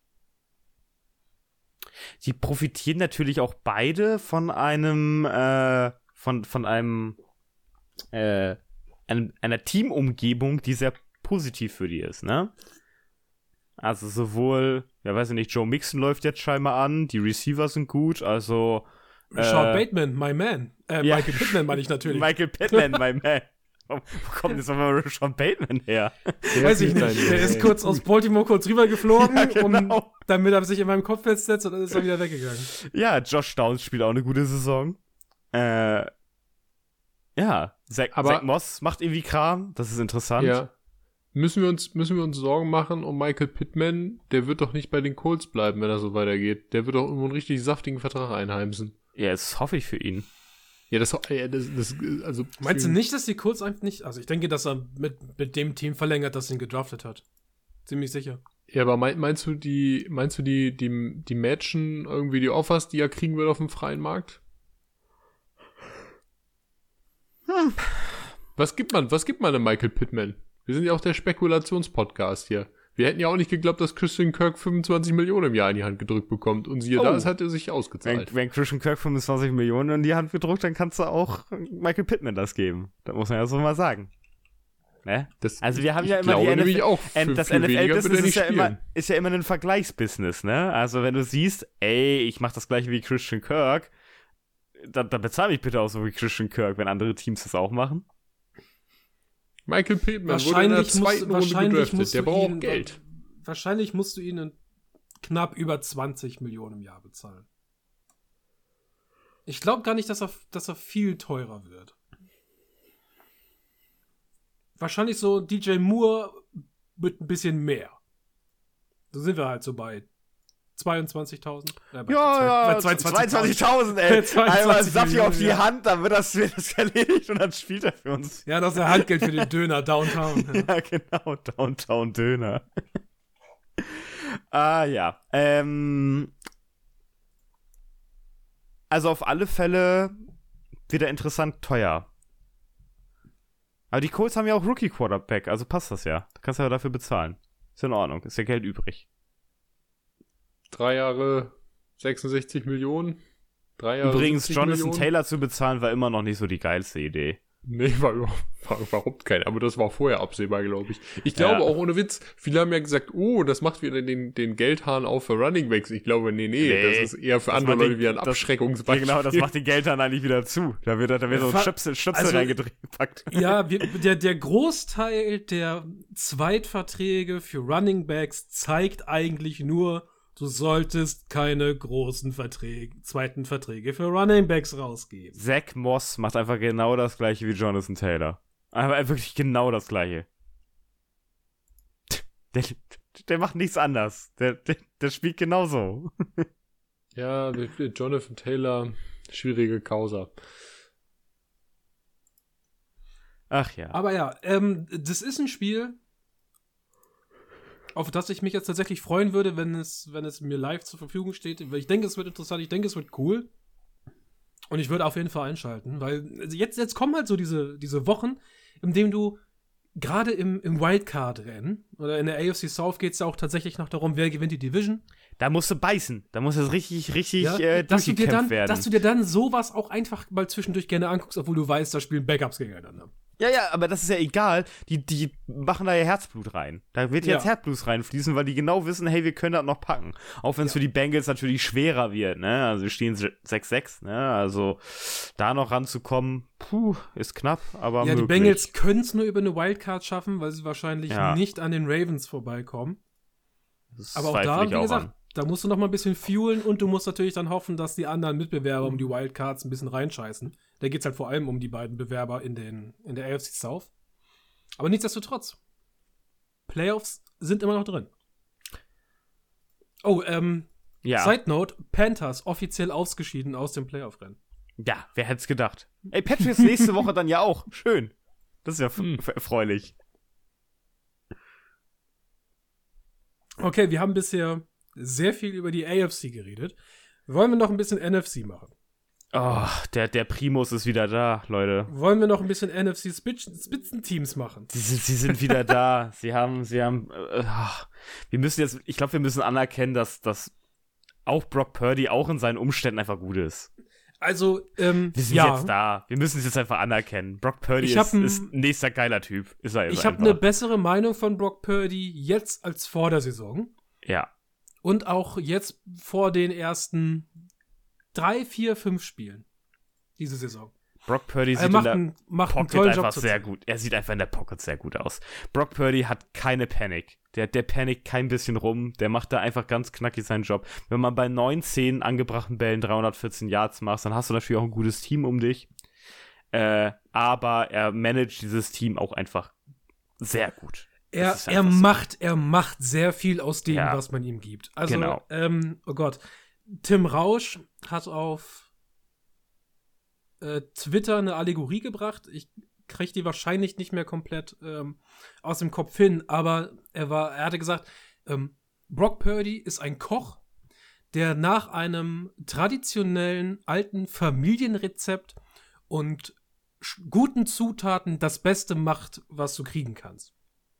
Die profitieren natürlich auch beide von einer Teamumgebung, die sehr positiv für die ist, ne? Also sowohl, weiß ich nicht, Joe Mixon läuft jetzt scheinbar an, die Receiver sind gut, also Sean Bateman, my man. Michael Pittman meine ich natürlich. Michael Pittman, my man. Wo kommt jetzt aber Sean Bateman her? Weiß ich nicht. Der ist kurz aus Baltimore rübergeflogen, ja, genau. Damit er sich in meinem Kopf festsetzt und dann ist er wieder weggegangen. Ja, Josh Downs spielt auch eine gute Saison. Zach Moss macht irgendwie Kram, das ist interessant. Ja. Müssen wir uns Sorgen machen um Michael Pittman? Der wird doch nicht bei den Colts bleiben, wenn er so weitergeht. Der wird doch irgendwo einen richtig saftigen Vertrag einheimsen. Ja, das hoffe ich für ihn. Ja, also. Meinst du nicht, dass die Colts einfach nicht. Also, ich denke, dass er mit dem Team verlängert, das ihn gedraftet hat. Ziemlich sicher. Ja, aber meinst du, die matchen irgendwie die Offers, die er kriegen wird auf dem freien Markt? Was gibt man dem Michael Pittman? Wir sind ja auch der Spekulationspodcast hier. Wir hätten ja auch nicht geglaubt, dass Christian Kirk 25 Millionen im Jahr in die Hand gedrückt bekommt. Und siehe da, es hat er sich ausgezahlt. Wenn Christian Kirk 25 Millionen in die Hand gedrückt, dann kannst du auch Michael Pittman das geben. Das muss man ja so mal sagen. Ne? Also wir haben ja immer die NFL, auch das NFL-Business ist ja immer ein Vergleichsbusiness, ne? Also wenn du siehst, ich mach das gleiche wie Christian Kirk, dann bezahl mich bitte auch so wie Christian Kirk, wenn andere Teams das auch machen. Michael Pittman wurde in der zweiten Runde gedraftet. Der braucht Geld. Wahrscheinlich musst du ihn knapp über 20 Millionen im Jahr bezahlen. Ich glaube gar nicht, dass er viel teurer wird. Wahrscheinlich so DJ Moore mit ein bisschen mehr. Da sind wir halt so bei 22.000. Ja, 22.000, ey. Einmal Saffi auf die Hand, dann wird das erledigt und dann spielt er für uns. Ja, das ist ja Handgeld für den Döner, Downtown. Ja, genau, Downtown-Döner. Ja. Also auf alle Fälle wieder interessant teuer. Aber die Colts haben ja auch Rookie-Quarterback, also passt das ja. Du kannst ja dafür bezahlen. Ist in Ordnung, ist ja Geld übrig. 3 Jahre 66 Millionen. 3 Jahre Übrigens, Jonathan Millionen. Taylor zu bezahlen, war immer noch nicht so die geilste Idee. Nee, war überhaupt kein. Aber das war vorher absehbar, glaube ich. Ich glaube auch ohne Witz, viele haben ja gesagt, das macht wieder den Geldhahn auf für Runningbacks. Ich glaube, nee, das ist eher für andere Leute wie ein Abschreckungsbeispiel. Genau, das macht den Geldhahn eigentlich wieder zu. Da wird so ein Stöpsel reingepackt. Ja, der Großteil der Zweitverträge für Runningbacks zeigt eigentlich nur, du solltest keine großen zweiten Verträge für Runningbacks rausgeben. Zach Moss macht einfach genau das gleiche wie Jonathan Taylor. Aber wirklich genau das gleiche. Der macht nichts anders. Der spielt genauso. Ja, Jonathan Taylor, schwierige Causa. Ach ja. Aber ja, das ist ein Spiel, auf das ich mich jetzt tatsächlich freuen würde, wenn es mir live zur Verfügung steht. Ich denke, es wird interessant, ich denke, es wird cool. Und ich würde auf jeden Fall einschalten, weil jetzt kommen halt so diese Wochen, in denen du gerade im Wildcard-Rennen oder in der AFC South geht es ja auch tatsächlich noch darum, wer gewinnt die Division. Da musst du beißen. Da muss es richtig dass du durchgekämpft werden. Dass du dir dann sowas auch einfach mal zwischendurch gerne anguckst, obwohl du weißt, da spielen Backups gegeneinander. Ja, aber das ist ja egal. Die machen da ja Herzblut rein. Da wird jetzt Herzblut reinfließen, weil die genau wissen, hey, wir können das noch packen. Auch wenn es für die Bengals natürlich schwerer wird, ne? Also stehen 6-6, ne? Also da noch ranzukommen, ist knapp, aber möglich. Die Bengals können es nur über eine Wildcard schaffen, weil sie wahrscheinlich nicht an den Ravens vorbeikommen. Aber auch da, wie gesagt, da musst du noch mal ein bisschen fuelen und du musst natürlich dann hoffen, dass die anderen Mitbewerber um die Wildcards ein bisschen reinscheißen. Da geht es halt vor allem um die beiden Bewerber in der AFC South. Aber nichtsdestotrotz, Playoffs sind immer noch drin. Side Note, Panthers offiziell ausgeschieden aus dem Playoff-Rennen. Ja, wer hätte es gedacht? Ey, Patriots nächste Woche dann ja auch. Schön. Das ist ja erfreulich. Okay, wir haben bisher sehr viel über die AFC geredet. Wollen wir noch ein bisschen NFC machen? Oh, der Primus ist wieder da, Leute. Wollen wir noch ein bisschen NFC-Spitzenteams machen? Sie sind wieder da. Sie haben wir müssen anerkennen, dass auch Brock Purdy auch in seinen Umständen einfach gut ist. Also, wir sind jetzt da. Wir müssen es jetzt einfach anerkennen. Brock Purdy ist ein nächster geiler Typ. Ist er ich habe eine bessere Meinung von Brock Purdy jetzt als vor der Saison. Ja. Und auch jetzt vor den ersten 3, 4, 5 Spielen diese Saison. Brock Purdy sieht macht in der einen Pocket tollen einfach Job sehr gut. Er sieht einfach in der Pocket sehr gut aus. Brock Purdy hat keine Panik. Der panickt kein bisschen rum. Der macht da einfach ganz knackig seinen Job. Wenn man bei 19 angebrachten Bällen 314 Yards macht, dann hast du natürlich auch ein gutes Team um dich. Aber er managt dieses Team auch einfach sehr gut. Er macht sehr viel aus dem, was man ihm gibt. Also, genau. Oh Gott. Tim Rausch hat auf Twitter eine Allegorie gebracht. Ich kriege die wahrscheinlich nicht mehr komplett aus dem Kopf hin, aber er hatte gesagt, Brock Purdy ist ein Koch, der nach einem traditionellen alten Familienrezept und guten Zutaten das Beste macht, was du kriegen kannst.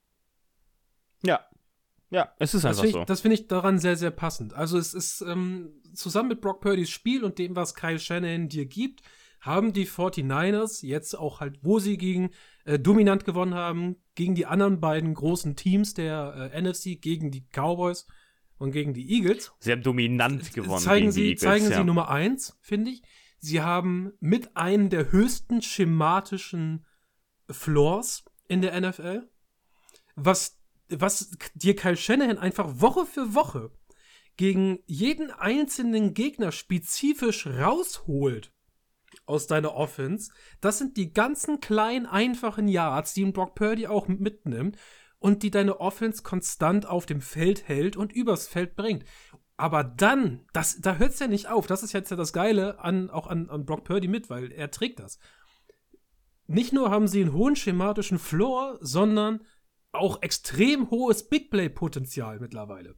Ja, es ist einfach so. Das finde ich daran sehr, sehr passend. Also es ist zusammen mit Brock Purdys Spiel und dem, was Kyle Shanahan dir gibt, haben die 49ers jetzt auch halt, wo sie dominant gewonnen haben, gegen die anderen beiden großen Teams der NFC, gegen die Cowboys und gegen die Eagles. Sie haben dominant gewonnen zeigen gegen die Eagles, zeigen sie Nummer 1, finde ich. Sie haben mit einem der höchsten schematischen Floors in der NFL, was dir Kyle Shanahan einfach Woche für Woche gegen jeden einzelnen Gegner spezifisch rausholt aus deiner Offense, das sind die ganzen kleinen, einfachen Yards, die ein Brock Purdy auch mitnimmt und die deine Offense konstant auf dem Feld hält und übers Feld bringt. Aber dann, da hört es ja nicht auf. Das ist jetzt ja das Geile an Brock Purdy mit, weil er trägt das. Nicht nur haben sie einen hohen schematischen Floor, sondern auch extrem hohes Big-Play-Potenzial mittlerweile.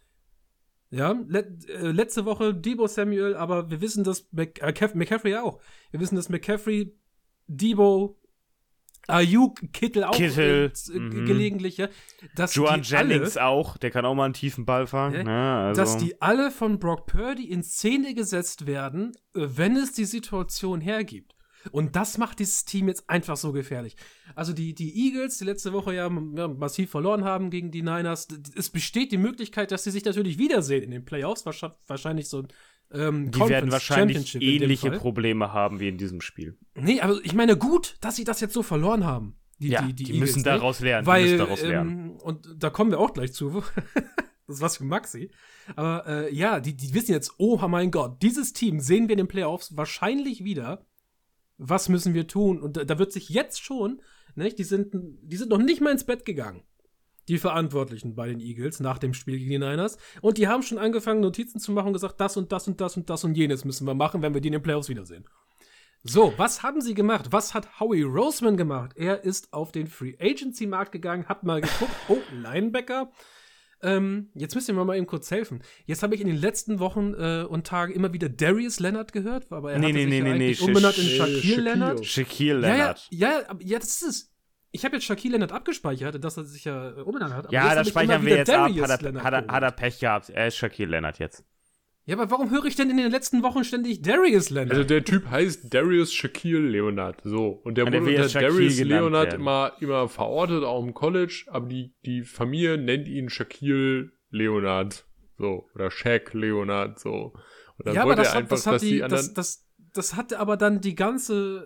Ja, letzte Woche Deebo Samuel, aber wir wissen, dass McCaffrey auch. Wir wissen, dass McCaffrey, Deebo, Ayuk, Kittel auch gelegentlich, ja. Juwan Jennings auch, der kann auch mal einen tiefen Ball fangen. Ja, also. Dass die alle von Brock Purdy in Szene gesetzt werden, wenn es die Situation hergibt. Und das macht dieses Team jetzt einfach so gefährlich. Also die Eagles, die letzte Woche ja massiv verloren haben gegen die Niners, es besteht die Möglichkeit, dass sie sich natürlich wiedersehen in den Playoffs, wahrscheinlich so die werden wahrscheinlich ähnliche Probleme haben wie in diesem Spiel. Nee, aber ich meine, gut, dass sie das jetzt so verloren haben. Die Eagles, müssen daraus lernen. Weil, und da kommen wir auch gleich zu. Das ist was für Maxi. Aber die wissen jetzt, oh mein Gott, dieses Team sehen wir in den Playoffs wahrscheinlich wieder. Was müssen wir tun? Und da wird sich jetzt schon, nicht, die sind noch nicht mal ins Bett gegangen, die Verantwortlichen bei den Eagles nach dem Spiel gegen die Niners. Und die haben schon angefangen, Notizen zu machen und gesagt, das und das und das und das und jenes müssen wir machen, wenn wir die in den Playoffs wiedersehen. So, was haben sie gemacht? Was hat Howie Roseman gemacht? Er ist auf den Free Agency Markt gegangen, hat mal geguckt, Linebacker. Jetzt müsst ihr mir mal eben kurz helfen. Jetzt habe ich in den letzten Wochen und Tagen immer wieder Darius Leonard gehört, aber er hat sich eigentlich umbenannt in Shaquille Leonard. Shaquille Leonard. Ja, das ist es. Ich habe jetzt Shaquille Leonard abgespeichert, dass er sich ja umbenannt hat. Ja, das speichern wir jetzt ab. Hat er Pech gehabt. Er ist Shaquille Leonard jetzt. Ja, aber warum höre ich denn in den letzten Wochen ständig Darius Leonard? Also der Typ heißt Darius Shaquille Leonard, so. Und der wurde unter Darius Leonard immer verortet, auch im College, aber die Familie nennt ihn Shaquille Leonard, so. Oder Shaq Leonard, so. Und dann wollte er einfach, dass die anderen... Das hatte aber dann die ganze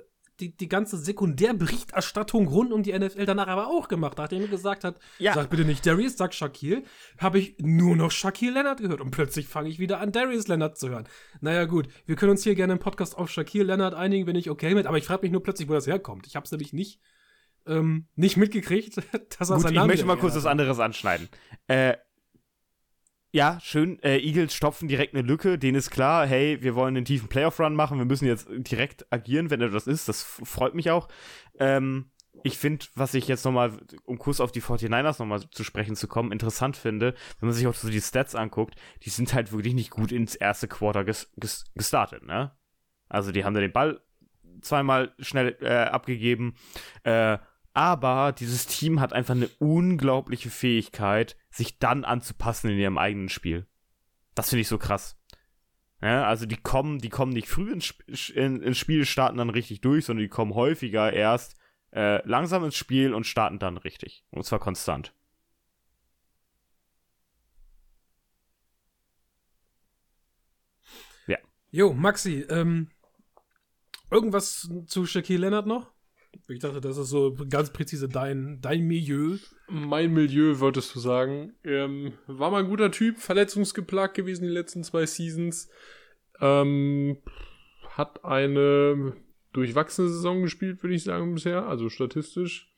Sekundärberichterstattung rund um die NFL danach aber auch gemacht, nachdem er gesagt hat, sag bitte nicht Darius, sag Shaquille, habe ich nur noch Shaquille Leonard gehört und plötzlich fange ich wieder an, Darius Leonard zu hören. Naja gut, wir können uns hier gerne im Podcast auf Shaquille Leonard einigen, bin ich okay mit, aber ich frage mich nur plötzlich, wo das herkommt. Ich habe es nämlich nicht mitgekriegt, dass er seinen Namen... Ich möchte mal kurz was anderes anschneiden. Ja, schön, Eagles stopfen direkt eine Lücke, denen ist klar, hey, wir wollen einen tiefen Playoff-Run machen, wir müssen jetzt direkt agieren, wenn er das ist, das freut mich auch. Ich finde, was ich jetzt nochmal, um kurz auf die 49ers nochmal zu sprechen zu kommen, interessant finde, wenn man sich auch so die Stats anguckt, die sind halt wirklich nicht gut ins erste Quarter gestartet, ne? Also die haben da den Ball zweimal schnell abgegeben, aber dieses Team hat einfach eine unglaubliche Fähigkeit, sich dann anzupassen in ihrem eigenen Spiel. Das finde ich so krass. Ja, also die kommen nicht früh ins Spiel, starten dann richtig durch, sondern die kommen häufiger erst langsam ins Spiel und starten dann richtig. Und zwar konstant. Ja. Jo, Maxi, irgendwas zu Shaquille Leonard noch? Ich dachte, das ist so ganz präzise dein Milieu. Mein Milieu, wolltest du sagen. War mal ein guter Typ, verletzungsgeplagt gewesen die letzten 2 Seasons. Hat eine durchwachsene Saison gespielt, würde ich sagen, bisher. Also statistisch.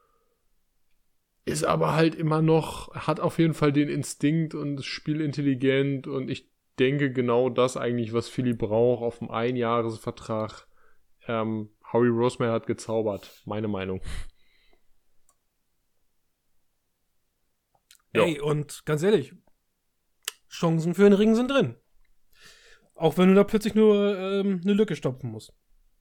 Ist aber halt immer noch, hat auf jeden Fall den Instinkt und ist spielintelligent. Und ich denke genau das eigentlich, was Philly braucht auf einem Einjahresvertrag. Howie Roseman hat gezaubert, meine Meinung. Ey, und ganz ehrlich, Chancen für den Ring sind drin. Auch wenn du da plötzlich nur eine Lücke stopfen musst.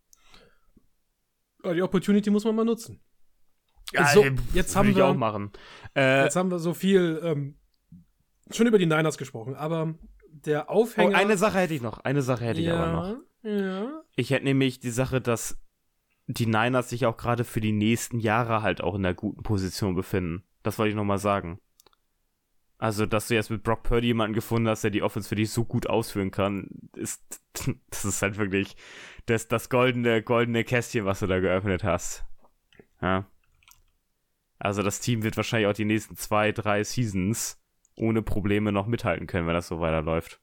Aber die Opportunity muss man mal nutzen. So, jetzt haben wir auch machen. Jetzt haben wir so viel schon über die Niners gesprochen, aber der Aufhänger... eine Sache hätte ich noch. Aber noch. Ja. Ich hätte nämlich die Sache, dass die Niners sich auch gerade für die nächsten Jahre halt auch in einer guten Position befinden. Das wollte ich nochmal sagen. Also, dass du jetzt mit Brock Purdy jemanden gefunden hast, der die Offense für dich so gut ausführen kann, das ist halt wirklich das goldene Kästchen, was du da geöffnet hast. Ja. Also, das Team wird wahrscheinlich auch die nächsten 2-3 Seasons ohne Probleme noch mithalten können, wenn das so weiterläuft.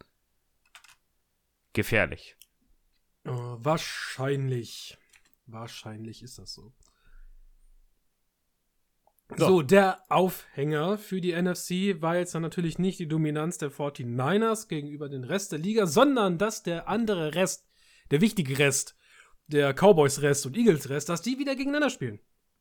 Gefährlich. Wahrscheinlich. Wahrscheinlich ist das so. So, der Aufhänger für die NFC war jetzt dann natürlich nicht die Dominanz der 49ers gegenüber dem Rest der Liga, sondern dass der andere Rest, der wichtige Rest, der Cowboys-Rest und Eagles-Rest, dass die wieder gegeneinander spielen.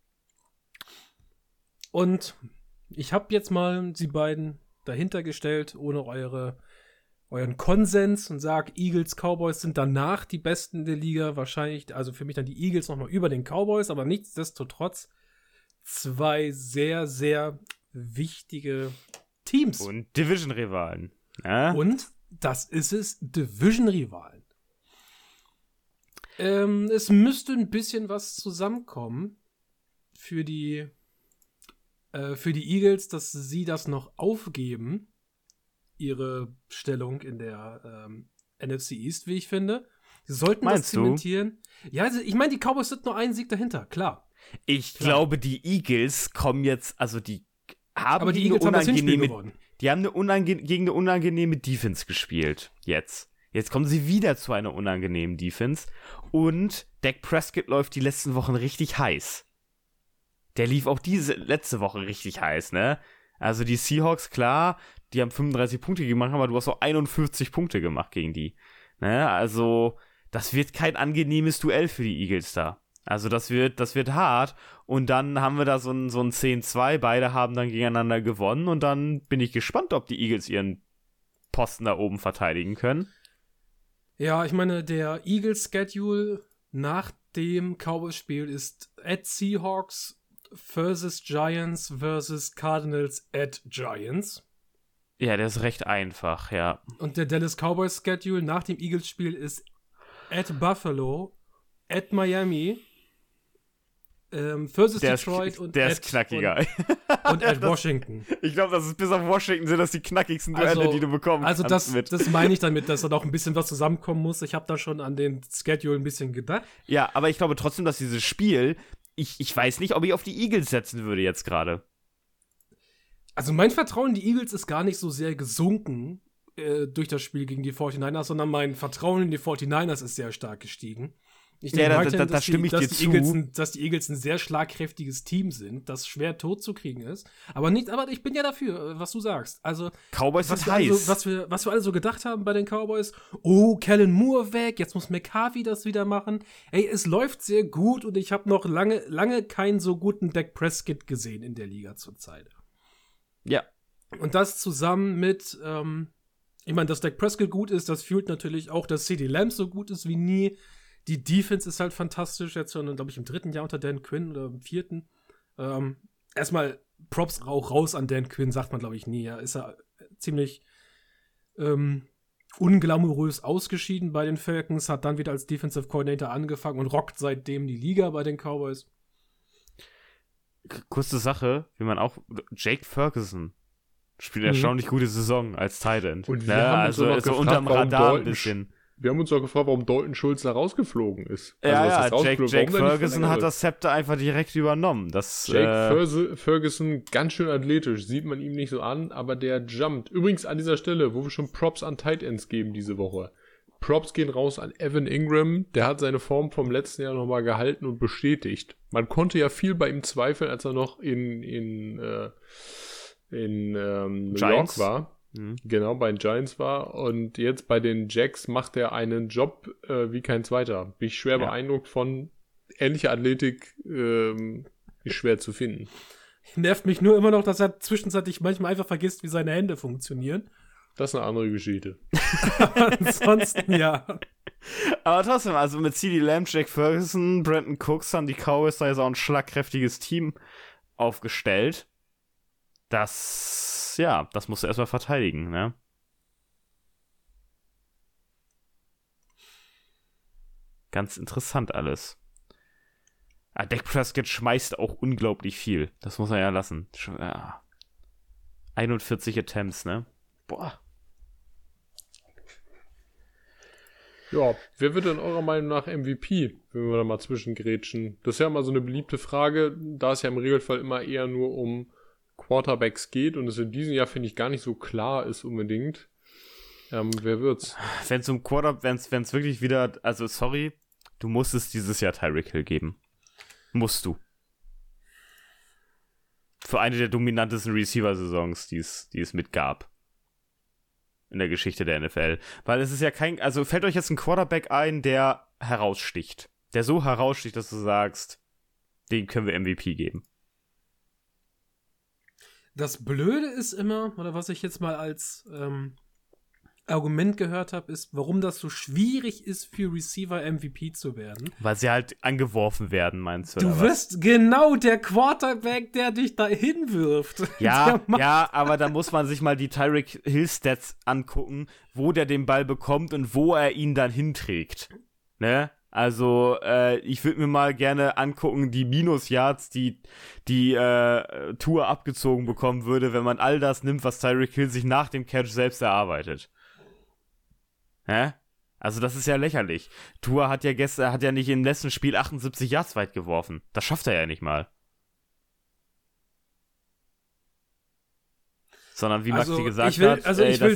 Und ich habe jetzt mal die beiden dahinter gestellt, ohne euren Konsens, und sage, Eagles, Cowboys sind danach die Besten der Liga. Wahrscheinlich, also für mich dann die Eagles nochmal über den Cowboys, aber nichtsdestotrotz zwei sehr, sehr wichtige Teams. Und Division-Rivalen. Ja? Und das ist es, Division-Rivalen. Es müsste ein bisschen was zusammenkommen für die Eagles, dass sie das noch aufgeben, ihre Stellung in der NFC East, wie ich finde. Sie sollten das zementieren. Ja, also ich meine, die Cowboys sind nur einen Sieg dahinter, klar. Ich glaube, die Eagles kommen jetzt, also die haben aber die Eagles haben das Hinspiel gewonnen. Die haben gegen eine unangenehme Defense gespielt, jetzt. Jetzt kommen sie wieder zu einer unangenehmen Defense und Dak Prescott läuft die letzten Wochen richtig heiß. Der lief auch letzte Woche richtig heiß, ne? Also die Seahawks, klar, die haben 35 Punkte gemacht, aber du hast auch 51 Punkte gemacht gegen die. Ne? Also das wird kein angenehmes Duell für die Eagles da. Also das wird hart und dann haben wir da so ein 10-2, beide haben dann gegeneinander gewonnen und dann bin ich gespannt, ob die Eagles ihren Posten da oben verteidigen können. Ja, ich meine, der Eagles-Schedule nach dem Cowboys-Spiel ist at Seahawks versus Giants versus Cardinals at Giants. Ja, der ist recht einfach, ja. Und der Dallas Cowboys-Schedule nach dem Eagles-Spiel ist at Buffalo, at Miami, versus Detroit und der ist knackiger. Und at Washington. Ich glaube, das ist bis auf Washington sind das die knackigsten Duelle, die du bekommst. Also das meine ich damit, dass da noch ein bisschen was zusammenkommen muss. Ich habe da schon an den Schedule ein bisschen gedacht. Ja, aber ich glaube trotzdem, dass dieses Spiel, ich weiß nicht, ob ich auf die Eagles setzen würde jetzt gerade. Also mein Vertrauen in die Eagles ist gar nicht so sehr gesunken durch das Spiel gegen die 49ers, sondern mein Vertrauen in die 49ers ist sehr stark gestiegen. Ich denke da stimme ich dir zu. Dass die Eagles ein sehr schlagkräftiges Team sind, das schwer tot zu kriegen ist. Aber ich bin ja dafür, was du sagst. Also, Cowboys ist heiß. Was wir alle so gedacht haben bei den Cowboys, oh, Kellen Moore weg, jetzt muss McCarthy das wieder machen. Ey, es läuft sehr gut und ich habe noch lange keinen so guten Dak Prescott gesehen in der Liga zurzeit. Ja. Und das zusammen mit, ich meine, dass Dak Prescott gut ist, das fühlt natürlich auch, dass CeeDee Lamb so gut ist wie nie. Die Defense ist halt fantastisch, jetzt schon, glaube ich, im 3. Jahr unter Dan Quinn oder im 4. Erstmal Props auch raus an Dan Quinn, sagt man, glaube ich, nie. Ja. Ist er ziemlich unglamourös ausgeschieden bei den Falcons, hat dann wieder als Defensive Coordinator angefangen und rockt seitdem die Liga bei den Cowboys. Kurze Sache, wie man auch, Jake Ferguson spielt erstaunlich gute Saison als Tight End. Und wir haben uns also gefragt, unterm Radar ein bisschen. Wir haben uns doch gefragt, warum Dalton Schulz da rausgeflogen ist. Jake Ferguson hat das Zepter einfach direkt übernommen. Jake Ferguson, ganz schön athletisch, sieht man ihm nicht so an, aber der jumpt. Übrigens an dieser Stelle, wo wir schon Props an Tight Ends geben diese Woche. Props gehen raus an Evan Ingram, der hat seine Form vom letzten Jahr nochmal gehalten und bestätigt. Man konnte ja viel bei ihm zweifeln, als er noch in New York war. Genau, bei den Giants war. Und jetzt bei den Jacks macht er einen Job wie kein zweiter. Bin ich schwer beeindruckt von. Ähnliche Athletik ist schwer zu finden. Nervt mich nur immer noch, dass er zwischenzeitlich manchmal einfach vergisst, wie seine Hände funktionieren. Das ist eine andere Geschichte. Ansonsten, ja. Aber trotzdem, also mit CeeDee Lamb, Jake Ferguson, Brandon Cooks haben die Cowboys da jetzt auch ein schlagkräftiges Team aufgestellt. Das musst du erstmal verteidigen, ne? Ganz interessant alles. Dak Prescott schmeißt auch unglaublich viel. Das muss man ja lassen. 41 Attempts, ne? Boah. Ja, wer wird denn eurer Meinung nach MVP, wenn wir da mal zwischengrätschen? Das ist ja mal so eine beliebte Frage, da es ja im Regelfall immer eher nur um Quarterbacks geht und es in diesem Jahr, finde ich, gar nicht so klar ist unbedingt. Wer wird's? Wenn es wirklich wieder, also sorry, du musst es dieses Jahr Tyreek Hill geben. Musst du. Für eine der dominantesten Receiver-Saisons, die es mit gab. In der Geschichte der NFL. Weil es ist ja also fällt euch jetzt ein Quarterback ein, der heraussticht. Der so heraussticht, dass du sagst, den können wir MVP geben. Das Blöde ist immer, oder was ich jetzt mal als Argument gehört habe, ist, warum das so schwierig ist, für Receiver MVP zu werden. Weil sie halt angeworfen werden, meinst du? Du wirst genau der Quarterback, der dich da hinwirft. Ja, aber da muss man sich mal die Tyreek Hill Stats angucken, wo der den Ball bekommt und wo er ihn dann hinträgt. Ne? Also, ich würde mir mal gerne angucken, die Minus-Yards, die Tour abgezogen bekommen würde, wenn man all das nimmt, was Tyreek Hill sich nach dem Catch selbst erarbeitet. Hä? Also das ist ja lächerlich. Tua hat ja nicht im letzten Spiel 78 Yards weit geworfen. Das schafft er ja nicht mal. Sondern wie Maxi gesagt hat, ich will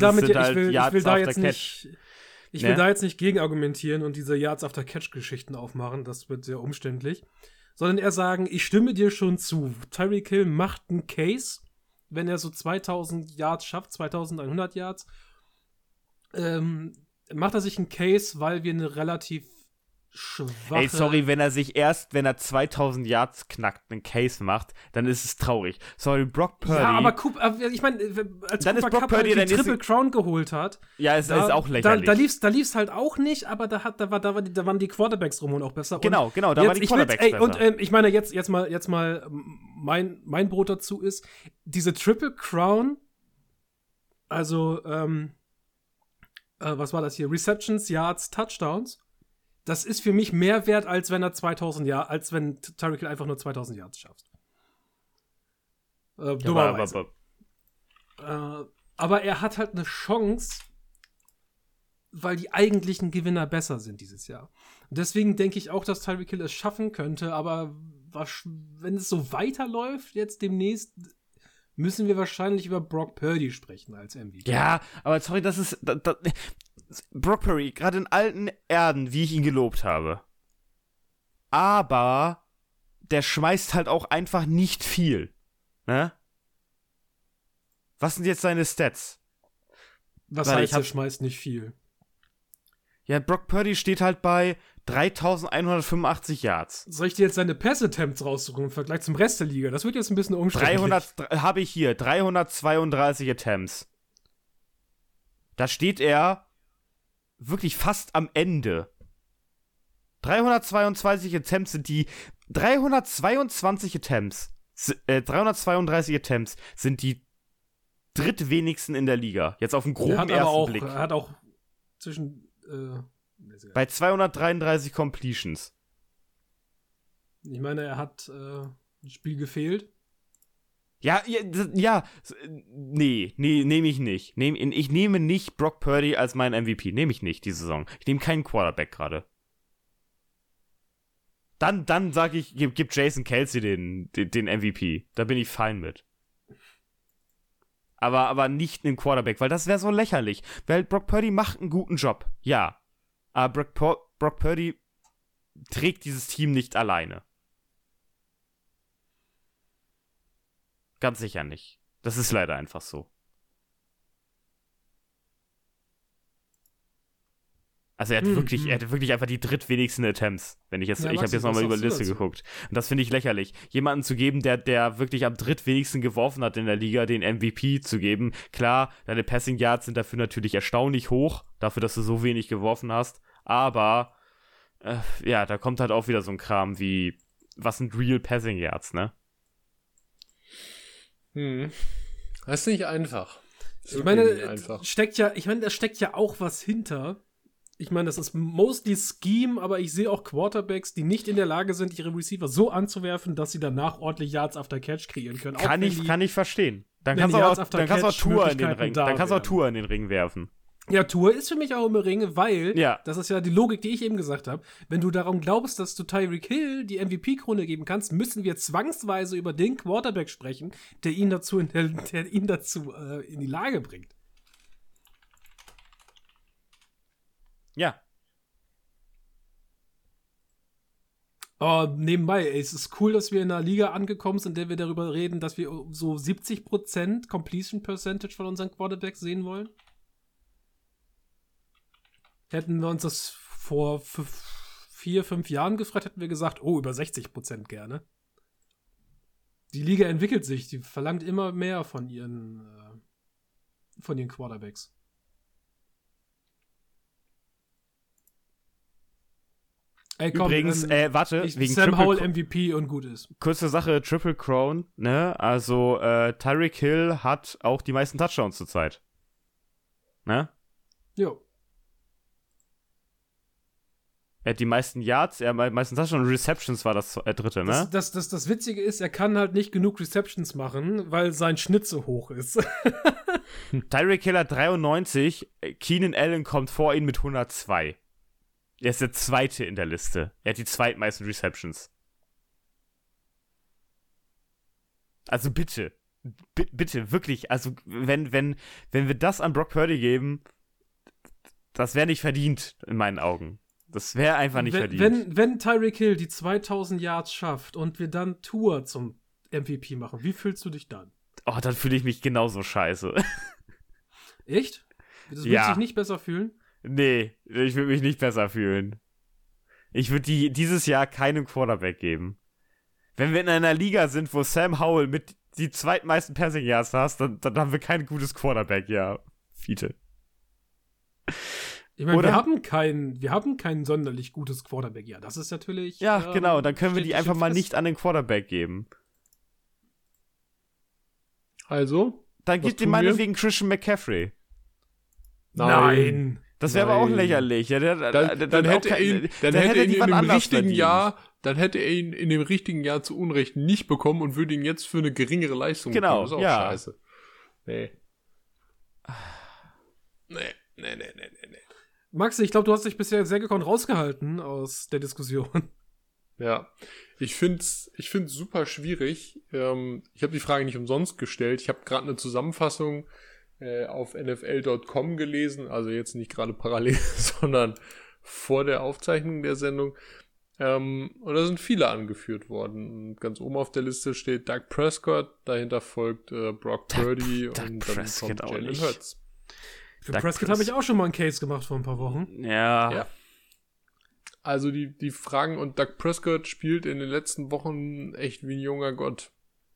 da jetzt nicht gegen argumentieren und diese Yards after Catch-Geschichten aufmachen, das wird sehr umständlich. Sondern eher sagen, ich stimme dir schon zu. Tyreek Hill macht einen Case, wenn er so 2000 Yards schafft, 2100 Yards, macht er sich einen Case, weil wir eine relativ schwache... Ey, sorry, wenn er 2000 Yards knackt, einen Case macht, dann ist es traurig. Sorry, Brock Purdy... Ja, aber ich meine, als dann Cooper ist Brock Cup Purdy halt die Triple Crown geholt hat... Ja, ist auch lächerlich. Da lief's halt auch nicht, aber da waren die Quarterbacks rum und auch besser. Genau, da waren die Quarterbacks besser. Und ich meine, jetzt mal mein Brot dazu ist, diese Triple Crown, also, was war das hier? Receptions, Yards, Touchdowns. Das ist für mich mehr wert, als wenn Tyreek Hill einfach nur 2000 Yards schafft. Dummerweise. Aber er hat halt eine Chance, weil die eigentlichen Gewinner besser sind dieses Jahr. Und deswegen denke ich auch, dass Tyreek Hill es schaffen könnte, aber wenn es so weiterläuft jetzt demnächst, müssen wir wahrscheinlich über Brock Purdy sprechen als MVP. Ja, aber sorry, das ist Brock Purdy, gerade in alten Erden, wie ich ihn gelobt habe. Aber der schmeißt halt auch einfach nicht viel. Ne? Was sind jetzt seine Stats? Was heißt, er schmeißt nicht viel? Ja, Brock Purdy steht halt bei 3185 Yards. Soll ich dir jetzt seine Pass-Attempts raussuchen im Vergleich zum Rest der Liga? Das wird jetzt ein bisschen umständlich. Habe ich hier, 332 Attempts. Da steht er wirklich fast am Ende. 332 Attempts sind die 332 Attempts. 332 Attempts sind die drittwenigsten in der Liga. Jetzt auf den groben ersten Blick. Er hat auch zwischen bei 233 Completions. Ich meine, er hat ein Spiel gefehlt. Ja, nee, nehme ich nicht. Ich nehme nicht Brock Purdy als meinen MVP. Nehme ich nicht, die Saison. Ich nehme keinen Quarterback gerade. Dann sage ich, gib Jason Kelce den MVP. Da bin ich fein mit. Aber nicht einen Quarterback, weil das wäre so lächerlich. Weil Brock Purdy macht einen guten Job. Ja. Aber Brock Purdy trägt dieses Team nicht alleine. Ganz sicher nicht. Das ist leider einfach so. Also er hat wirklich einfach die drittwenigsten Attempts. Ich habe jetzt nochmal über die Liste geguckt. Und das finde ich lächerlich. Jemanden zu geben, der wirklich am drittwenigsten geworfen hat in der Liga, den MVP zu geben. Klar, deine Passing Yards sind dafür natürlich erstaunlich hoch, dafür, dass du so wenig geworfen hast. Aber, da kommt halt auch wieder so ein Kram wie, was sind Real Passing Yards, ne? Das ist nicht einfach. Ich meine, da steckt ja auch was hinter. Ich meine, das ist mostly Scheme, aber ich sehe auch Quarterbacks, die nicht in der Lage sind, ihre Receiver so anzuwerfen, dass sie danach ordentlich Yards after Catch kreieren können. Kann ich verstehen. Dann kannst du auch Tour in den Ring werfen. Ja, Tour ist für mich auch im Ring, weil, Ja. das ist ja die Logik, die ich eben gesagt habe, wenn du darum glaubst, dass du Tyreek Hill die MVP-Krone geben kannst, müssen wir zwangsweise über den Quarterback sprechen, der ihn dazu in die Lage bringt. Ja. Nebenbei, ey, es ist cool, dass wir in einer Liga angekommen sind, in der wir darüber reden, dass wir so 70% Completion Percentage von unseren Quarterbacks sehen wollen. Hätten wir uns das vor 4-5 Jahren gefragt, hätten wir gesagt, über 60% gerne. Die Liga entwickelt sich, die verlangt immer mehr von ihren Quarterbacks. Ey, komm, Übrigens, warte, wegen Sam Howell MVP und gut ist. Kurze Sache, Triple Crown, ne? Also, Tyreek Hill hat auch die meisten Touchdowns zurzeit. Ne? Jo. Er hat die meisten Yards, er hat die meisten Touchdowns und Receptions war das dritte, ne? Das Witzige ist, er kann halt nicht genug Receptions machen, weil sein Schnitt so hoch ist. Tyreek Hill hat 93, Keenan Allen kommt vor ihm mit 102. Er ist der Zweite in der Liste. Er hat die zweitmeisten Receptions. Also bitte. Bitte, wirklich. Also, wenn wir das an Brock Purdy geben, das wäre nicht verdient, in meinen Augen. Das wäre einfach nicht verdient. Wenn Tyreek Hill die 2000 Yards schafft und wir dann Tour zum MVP machen, wie fühlst du dich dann? Oh, dann fühle ich mich genauso scheiße. Echt? Das wird sich nicht besser fühlen? Nee, ich würde mich nicht besser fühlen. Ich würde dieses Jahr keinen Quarterback geben. Wenn wir in einer Liga sind, wo Sam Howell mit die zweitmeisten Passing Yards hast, dann haben wir kein gutes Quarterback-Jahr. Fiete. Ich meine, wir haben kein sonderlich gutes Quarterback-Jahr. Das ist natürlich. Ja, genau. Dann können wir die einfach mal nicht an den Quarterback geben. Also? Dann gibt ihm meinetwegen Christian McCaffrey. Nein. Das wäre aber auch lächerlich. Ja, dann hätte er ihn in dem richtigen Jahr zu Unrecht nicht bekommen und würde ihn jetzt für eine geringere Leistung bekommen. Das ist auch scheiße. Nee. Maxi, ich glaube, du hast dich bisher sehr gekonnt rausgehalten aus der Diskussion. Ja, ich find's super schwierig. Ich habe die Frage nicht umsonst gestellt. Ich habe gerade eine Zusammenfassung auf NFL.com gelesen, also jetzt nicht gerade parallel, sondern vor der Aufzeichnung der Sendung. Und da sind viele angeführt worden. Und ganz oben auf der Liste steht Dak Prescott, dahinter folgt Brock Purdy und dann kommt Jalen Hurts. Für Prescott habe ich auch schon mal einen Case gemacht vor ein paar Wochen. Ja. Also die Fragen, und Dak Prescott spielt in den letzten Wochen echt wie ein junger Gott.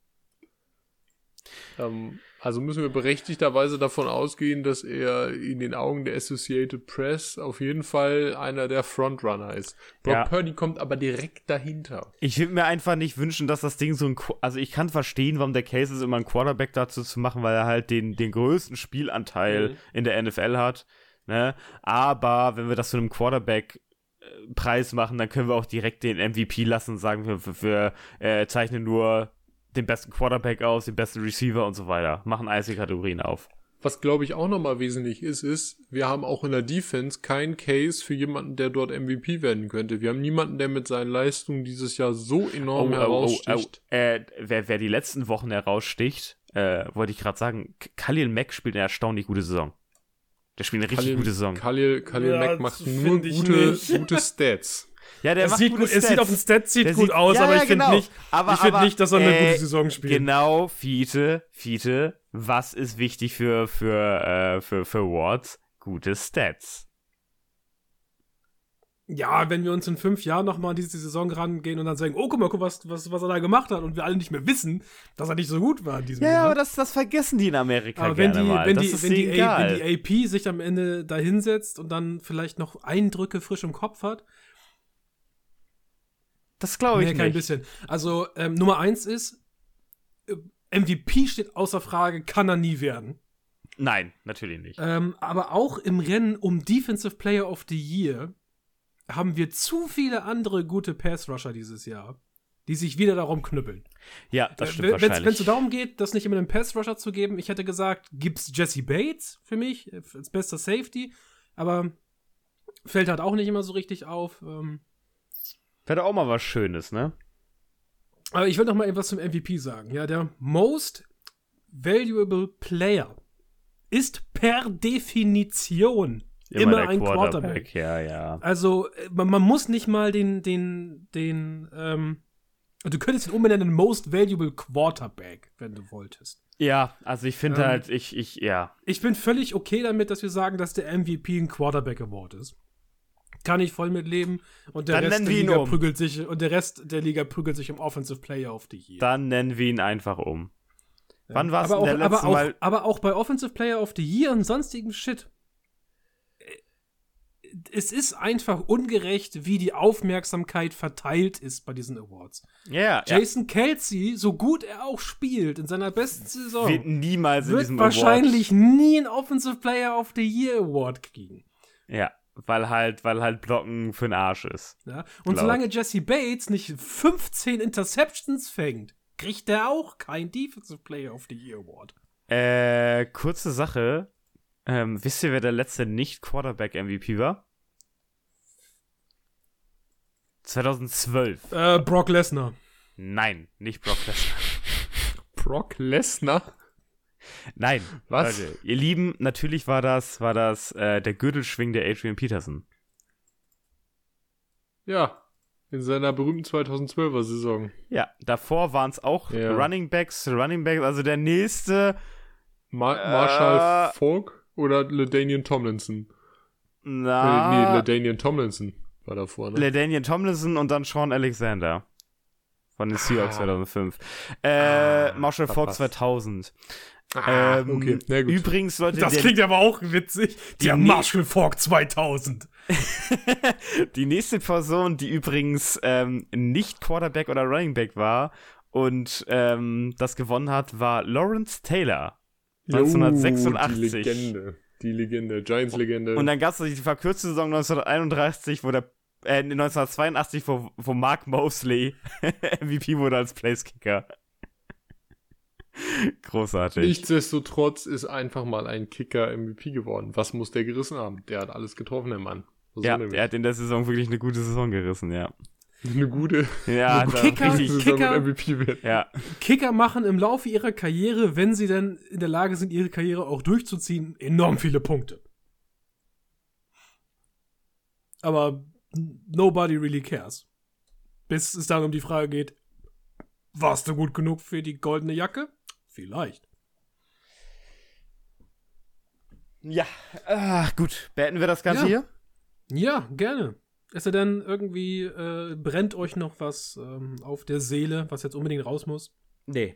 Also müssen wir berechtigterweise davon ausgehen, dass er in den Augen der Associated Press auf jeden Fall einer der Frontrunner ist. Brock Purdy kommt aber direkt dahinter. Ich würde mir einfach nicht wünschen, dass das Ding also ich kann verstehen, warum der Case ist, immer einen Quarterback dazu zu machen, weil er halt den größten Spielanteil in der NFL hat. Ne? Aber wenn wir das zu einem Quarterback-Preis machen, dann können wir auch direkt den MVP lassen und sagen, wir zeichnen nur den besten Quarterback aus, den besten Receiver und so weiter. Machen Einzelkategorien auf. Was, glaube ich, auch nochmal wesentlich ist, wir haben auch in der Defense keinen Case für jemanden, der dort MVP werden könnte. Wir haben niemanden, der mit seinen Leistungen dieses Jahr so enorm heraussticht. Wer die letzten Wochen heraussticht, wollte ich gerade sagen, Khalil Mack spielt eine erstaunlich gute Saison. Der spielt eine richtig gute Saison. Khalil Mack macht nur gute Stats. Ja, der macht gute Stats. Es sieht auf dem Stat gut aus, aber ich finde nicht, dass er eine gute Saison spielt. Genau, Fiete, was ist wichtig für Wards? Gute Stats. Ja, wenn wir uns in 5 Jahren nochmal an diese Saison rangehen und dann sagen, guck mal, was er da gemacht hat und wir alle nicht mehr wissen, dass er nicht so gut war in diesem Jahr. Ja, aber das vergessen die in Amerika aber gerne mal. Wenn die AP sich am Ende da hinsetzt und dann vielleicht noch Eindrücke frisch im Kopf hat. Das glaube ich nicht. Kein bisschen. Also, Nummer 1 ist, MVP steht außer Frage, kann er nie werden. Nein, natürlich nicht. Aber auch im Rennen um Defensive Player of the Year haben wir zu viele andere gute Pass-Rusher dieses Jahr, die sich wieder darum knüppeln. Ja, das stimmt wahrscheinlich. Wenn es so darum geht, das nicht immer einem Pass-Rusher zu geben, ich hätte gesagt, gibt's Jesse Bates für mich als bester Safety, aber fällt halt auch nicht immer so richtig auf. Wäre auch mal was Schönes, ne? Aber ich will noch mal etwas zum MVP sagen. Ja, der Most Valuable Player ist per Definition immer ein Quarterback. Ja. Also, man muss nicht mal du könntest ihn umbenennen Most Valuable Quarterback, wenn du wolltest. Ja, also ich finde halt, ja. Ich bin völlig okay damit, dass wir sagen, dass der MVP ein Quarterback Award ist. Kann ich voll mitleben. Und der Rest der Liga prügelt sich um Offensive Player of the Year. Dann nennen wir ihn einfach um. Ja. Wann war es denn der letzte Mal? Aber auch bei Offensive Player of the Year und sonstigem Shit. Es ist einfach ungerecht, wie die Aufmerksamkeit verteilt ist bei diesen Awards. Yeah, Jason Kelce, so gut er auch spielt, in seiner besten Saison, wird niemals in diesem wahrscheinlich nie einen Offensive Player of the Year Award kriegen. Ja, weil halt Blocken für den Arsch ist. Ja? Und solange Jesse Bates nicht 15 Interceptions fängt, kriegt er auch kein Defensive Player of the Year Award. Kurze Sache. Wisst ihr, wer der letzte Nicht-Quarterback-MVP war? 2012. Brock Lesnar. Nein, nicht Brock Lesnar. Brock Lesnar? Nein. Was? Leute, ihr Lieben, natürlich war das der Gürtelschwing der Adrian Peterson. Ja, in seiner berühmten 2012er Saison. Ja, davor waren es auch Running Backs, also der nächste Marshall Falk oder LaDainian Tomlinson? LaDainian Tomlinson war davor, ne? LaDainian Tomlinson und dann Sean Alexander von den Seahawks 2005. Marshall Falk 2000. Okay, na gut. Übrigens, Leute, das klingt aber auch witzig. Der Marshall Falk 2000. Die nächste Person, die übrigens nicht Quarterback oder Running Back war und das gewonnen hat, war Lawrence Taylor. 1986. Die Legende, Giants-Legende. Und dann gab es die verkürzte Saison 1981, 1982, wo Mark Mosley MVP wurde als Placekicker. Großartig. Nichtsdestotrotz ist einfach mal ein Kicker MVP geworden. Was muss der gerissen haben? Der hat alles getroffen, der Mann. Ja, er hat in der Saison wirklich eine gute Saison gerissen, ja. Eine gute Kicker MVP wird. Ja. Kicker machen im Laufe ihrer Karriere, wenn sie dann in der Lage sind, ihre Karriere auch durchzuziehen, enorm viele Punkte. Aber nobody really cares. Bis es dann um die Frage geht, warst du gut genug für die goldene Jacke? Vielleicht. Ja, gut. Beenden wir das Ganze hier? Ja, gerne. Ist er denn irgendwie, brennt euch noch was auf der Seele, was jetzt unbedingt raus muss? Nee.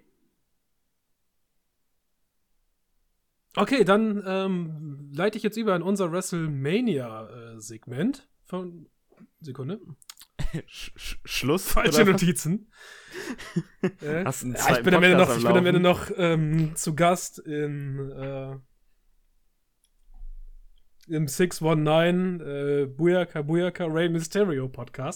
Okay, dann leite ich jetzt über in unser WrestleMania-Segment. Sekunde. Schluss? Falsche Notizen. Hast einen ich bin am Ende noch zu Gast im 619 Booyaka Rey Mysterio Podcast.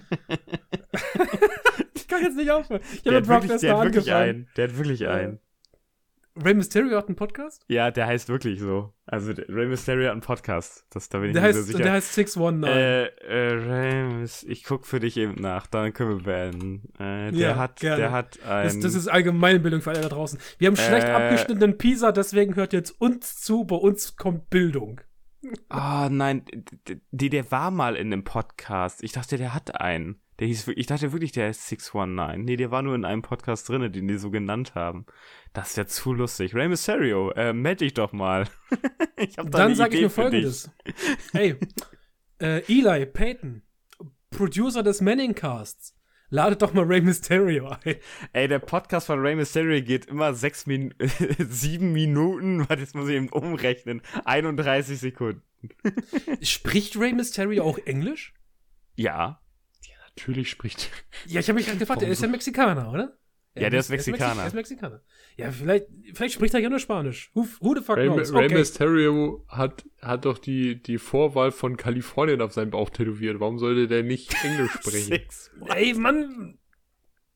Ich kann jetzt nicht aufhören. Ich habe mit Brock Lesnar angefangen. Der hat wirklich einen. Rey Mysterio hat einen Podcast? Ja, der heißt wirklich so. Also Rey Mysterio hat einen Podcast. Da bin ich mir so sicher. Der heißt 619. Ich guck für dich eben nach, dann können wir beenden. Der hat ein... Das ist Allgemeinbildung für alle da draußen. Wir haben schlecht abgeschnittenen Pisa, deswegen hört jetzt uns zu, bei uns kommt Bildung. Nein, der war mal in einem Podcast. Ich dachte, der hat einen. Ich dachte wirklich, der ist 619. Nee, der war nur in einem Podcast drin, den die so genannt haben. Das ist ja zu lustig. Rey Mysterio, meld dich doch mal. Dann sage ich nur Folgendes. Hey, Eli Payton, Producer des Manning-Casts, ladet doch mal Rey Mysterio ein. Ey, der Podcast von Rey Mysterio geht immer 7 Minuten, warte, jetzt muss ich eben umrechnen, 31 Sekunden. Spricht Rey Mysterio auch Englisch? Ja. Natürlich spricht. Ja, ich habe mich gerade gefragt, er ist ja Mexikaner, oder? Ja, der ist Mexikaner. Er ist Mexikaner. Ja, vielleicht spricht er ja nur Spanisch. Who the fuck knows? Rey Mysterio hat doch die Vorwahl von Kalifornien auf seinem Bauch tätowiert. Warum sollte der nicht Englisch sprechen? Ey, Mann!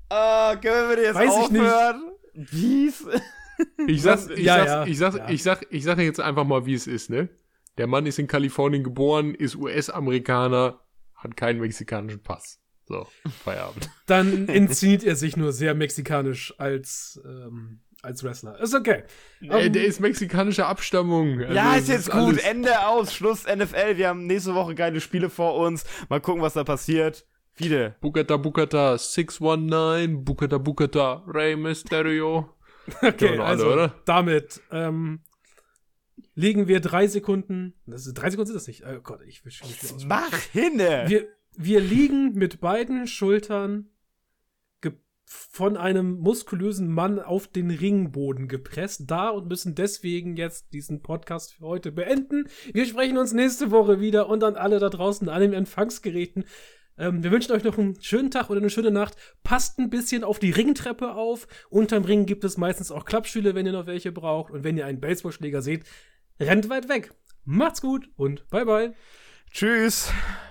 Können wir jetzt aufhören? Wies? Ich sag jetzt einfach mal, wie es ist, ne? Der Mann ist in Kalifornien geboren, ist US-Amerikaner, hat keinen mexikanischen Pass. So, Feierabend. Dann inszeniert er sich nur sehr mexikanisch als Wrestler. Ist okay. Der ist mexikanischer Abstammung. Also ja, ist jetzt gut. Alles. Ende aus. Schluss NFL. Wir haben nächste Woche geile Spiele vor uns. Mal gucken, was da passiert. Viele. Bukata, 619, Bukata, Rey Mysterio. Okay, also oder? Damit legen wir 3 Sekunden. 3 Sekunden sind das nicht. Oh Gott, ich will schon nicht mehr Mach hinne! Wir liegen mit beiden Schultern von einem muskulösen Mann auf den Ringboden gepresst da und müssen deswegen jetzt diesen Podcast für heute beenden. Wir sprechen uns nächste Woche wieder und an alle da draußen an den Empfangsgeräten. Wir wünschen euch noch einen schönen Tag oder eine schöne Nacht. Passt ein bisschen auf die Ringtreppe auf. Unterm Ring gibt es meistens auch Klappstühle, wenn ihr noch welche braucht. Und wenn ihr einen Baseballschläger seht, rennt weit weg. Macht's gut und bye bye. Tschüss.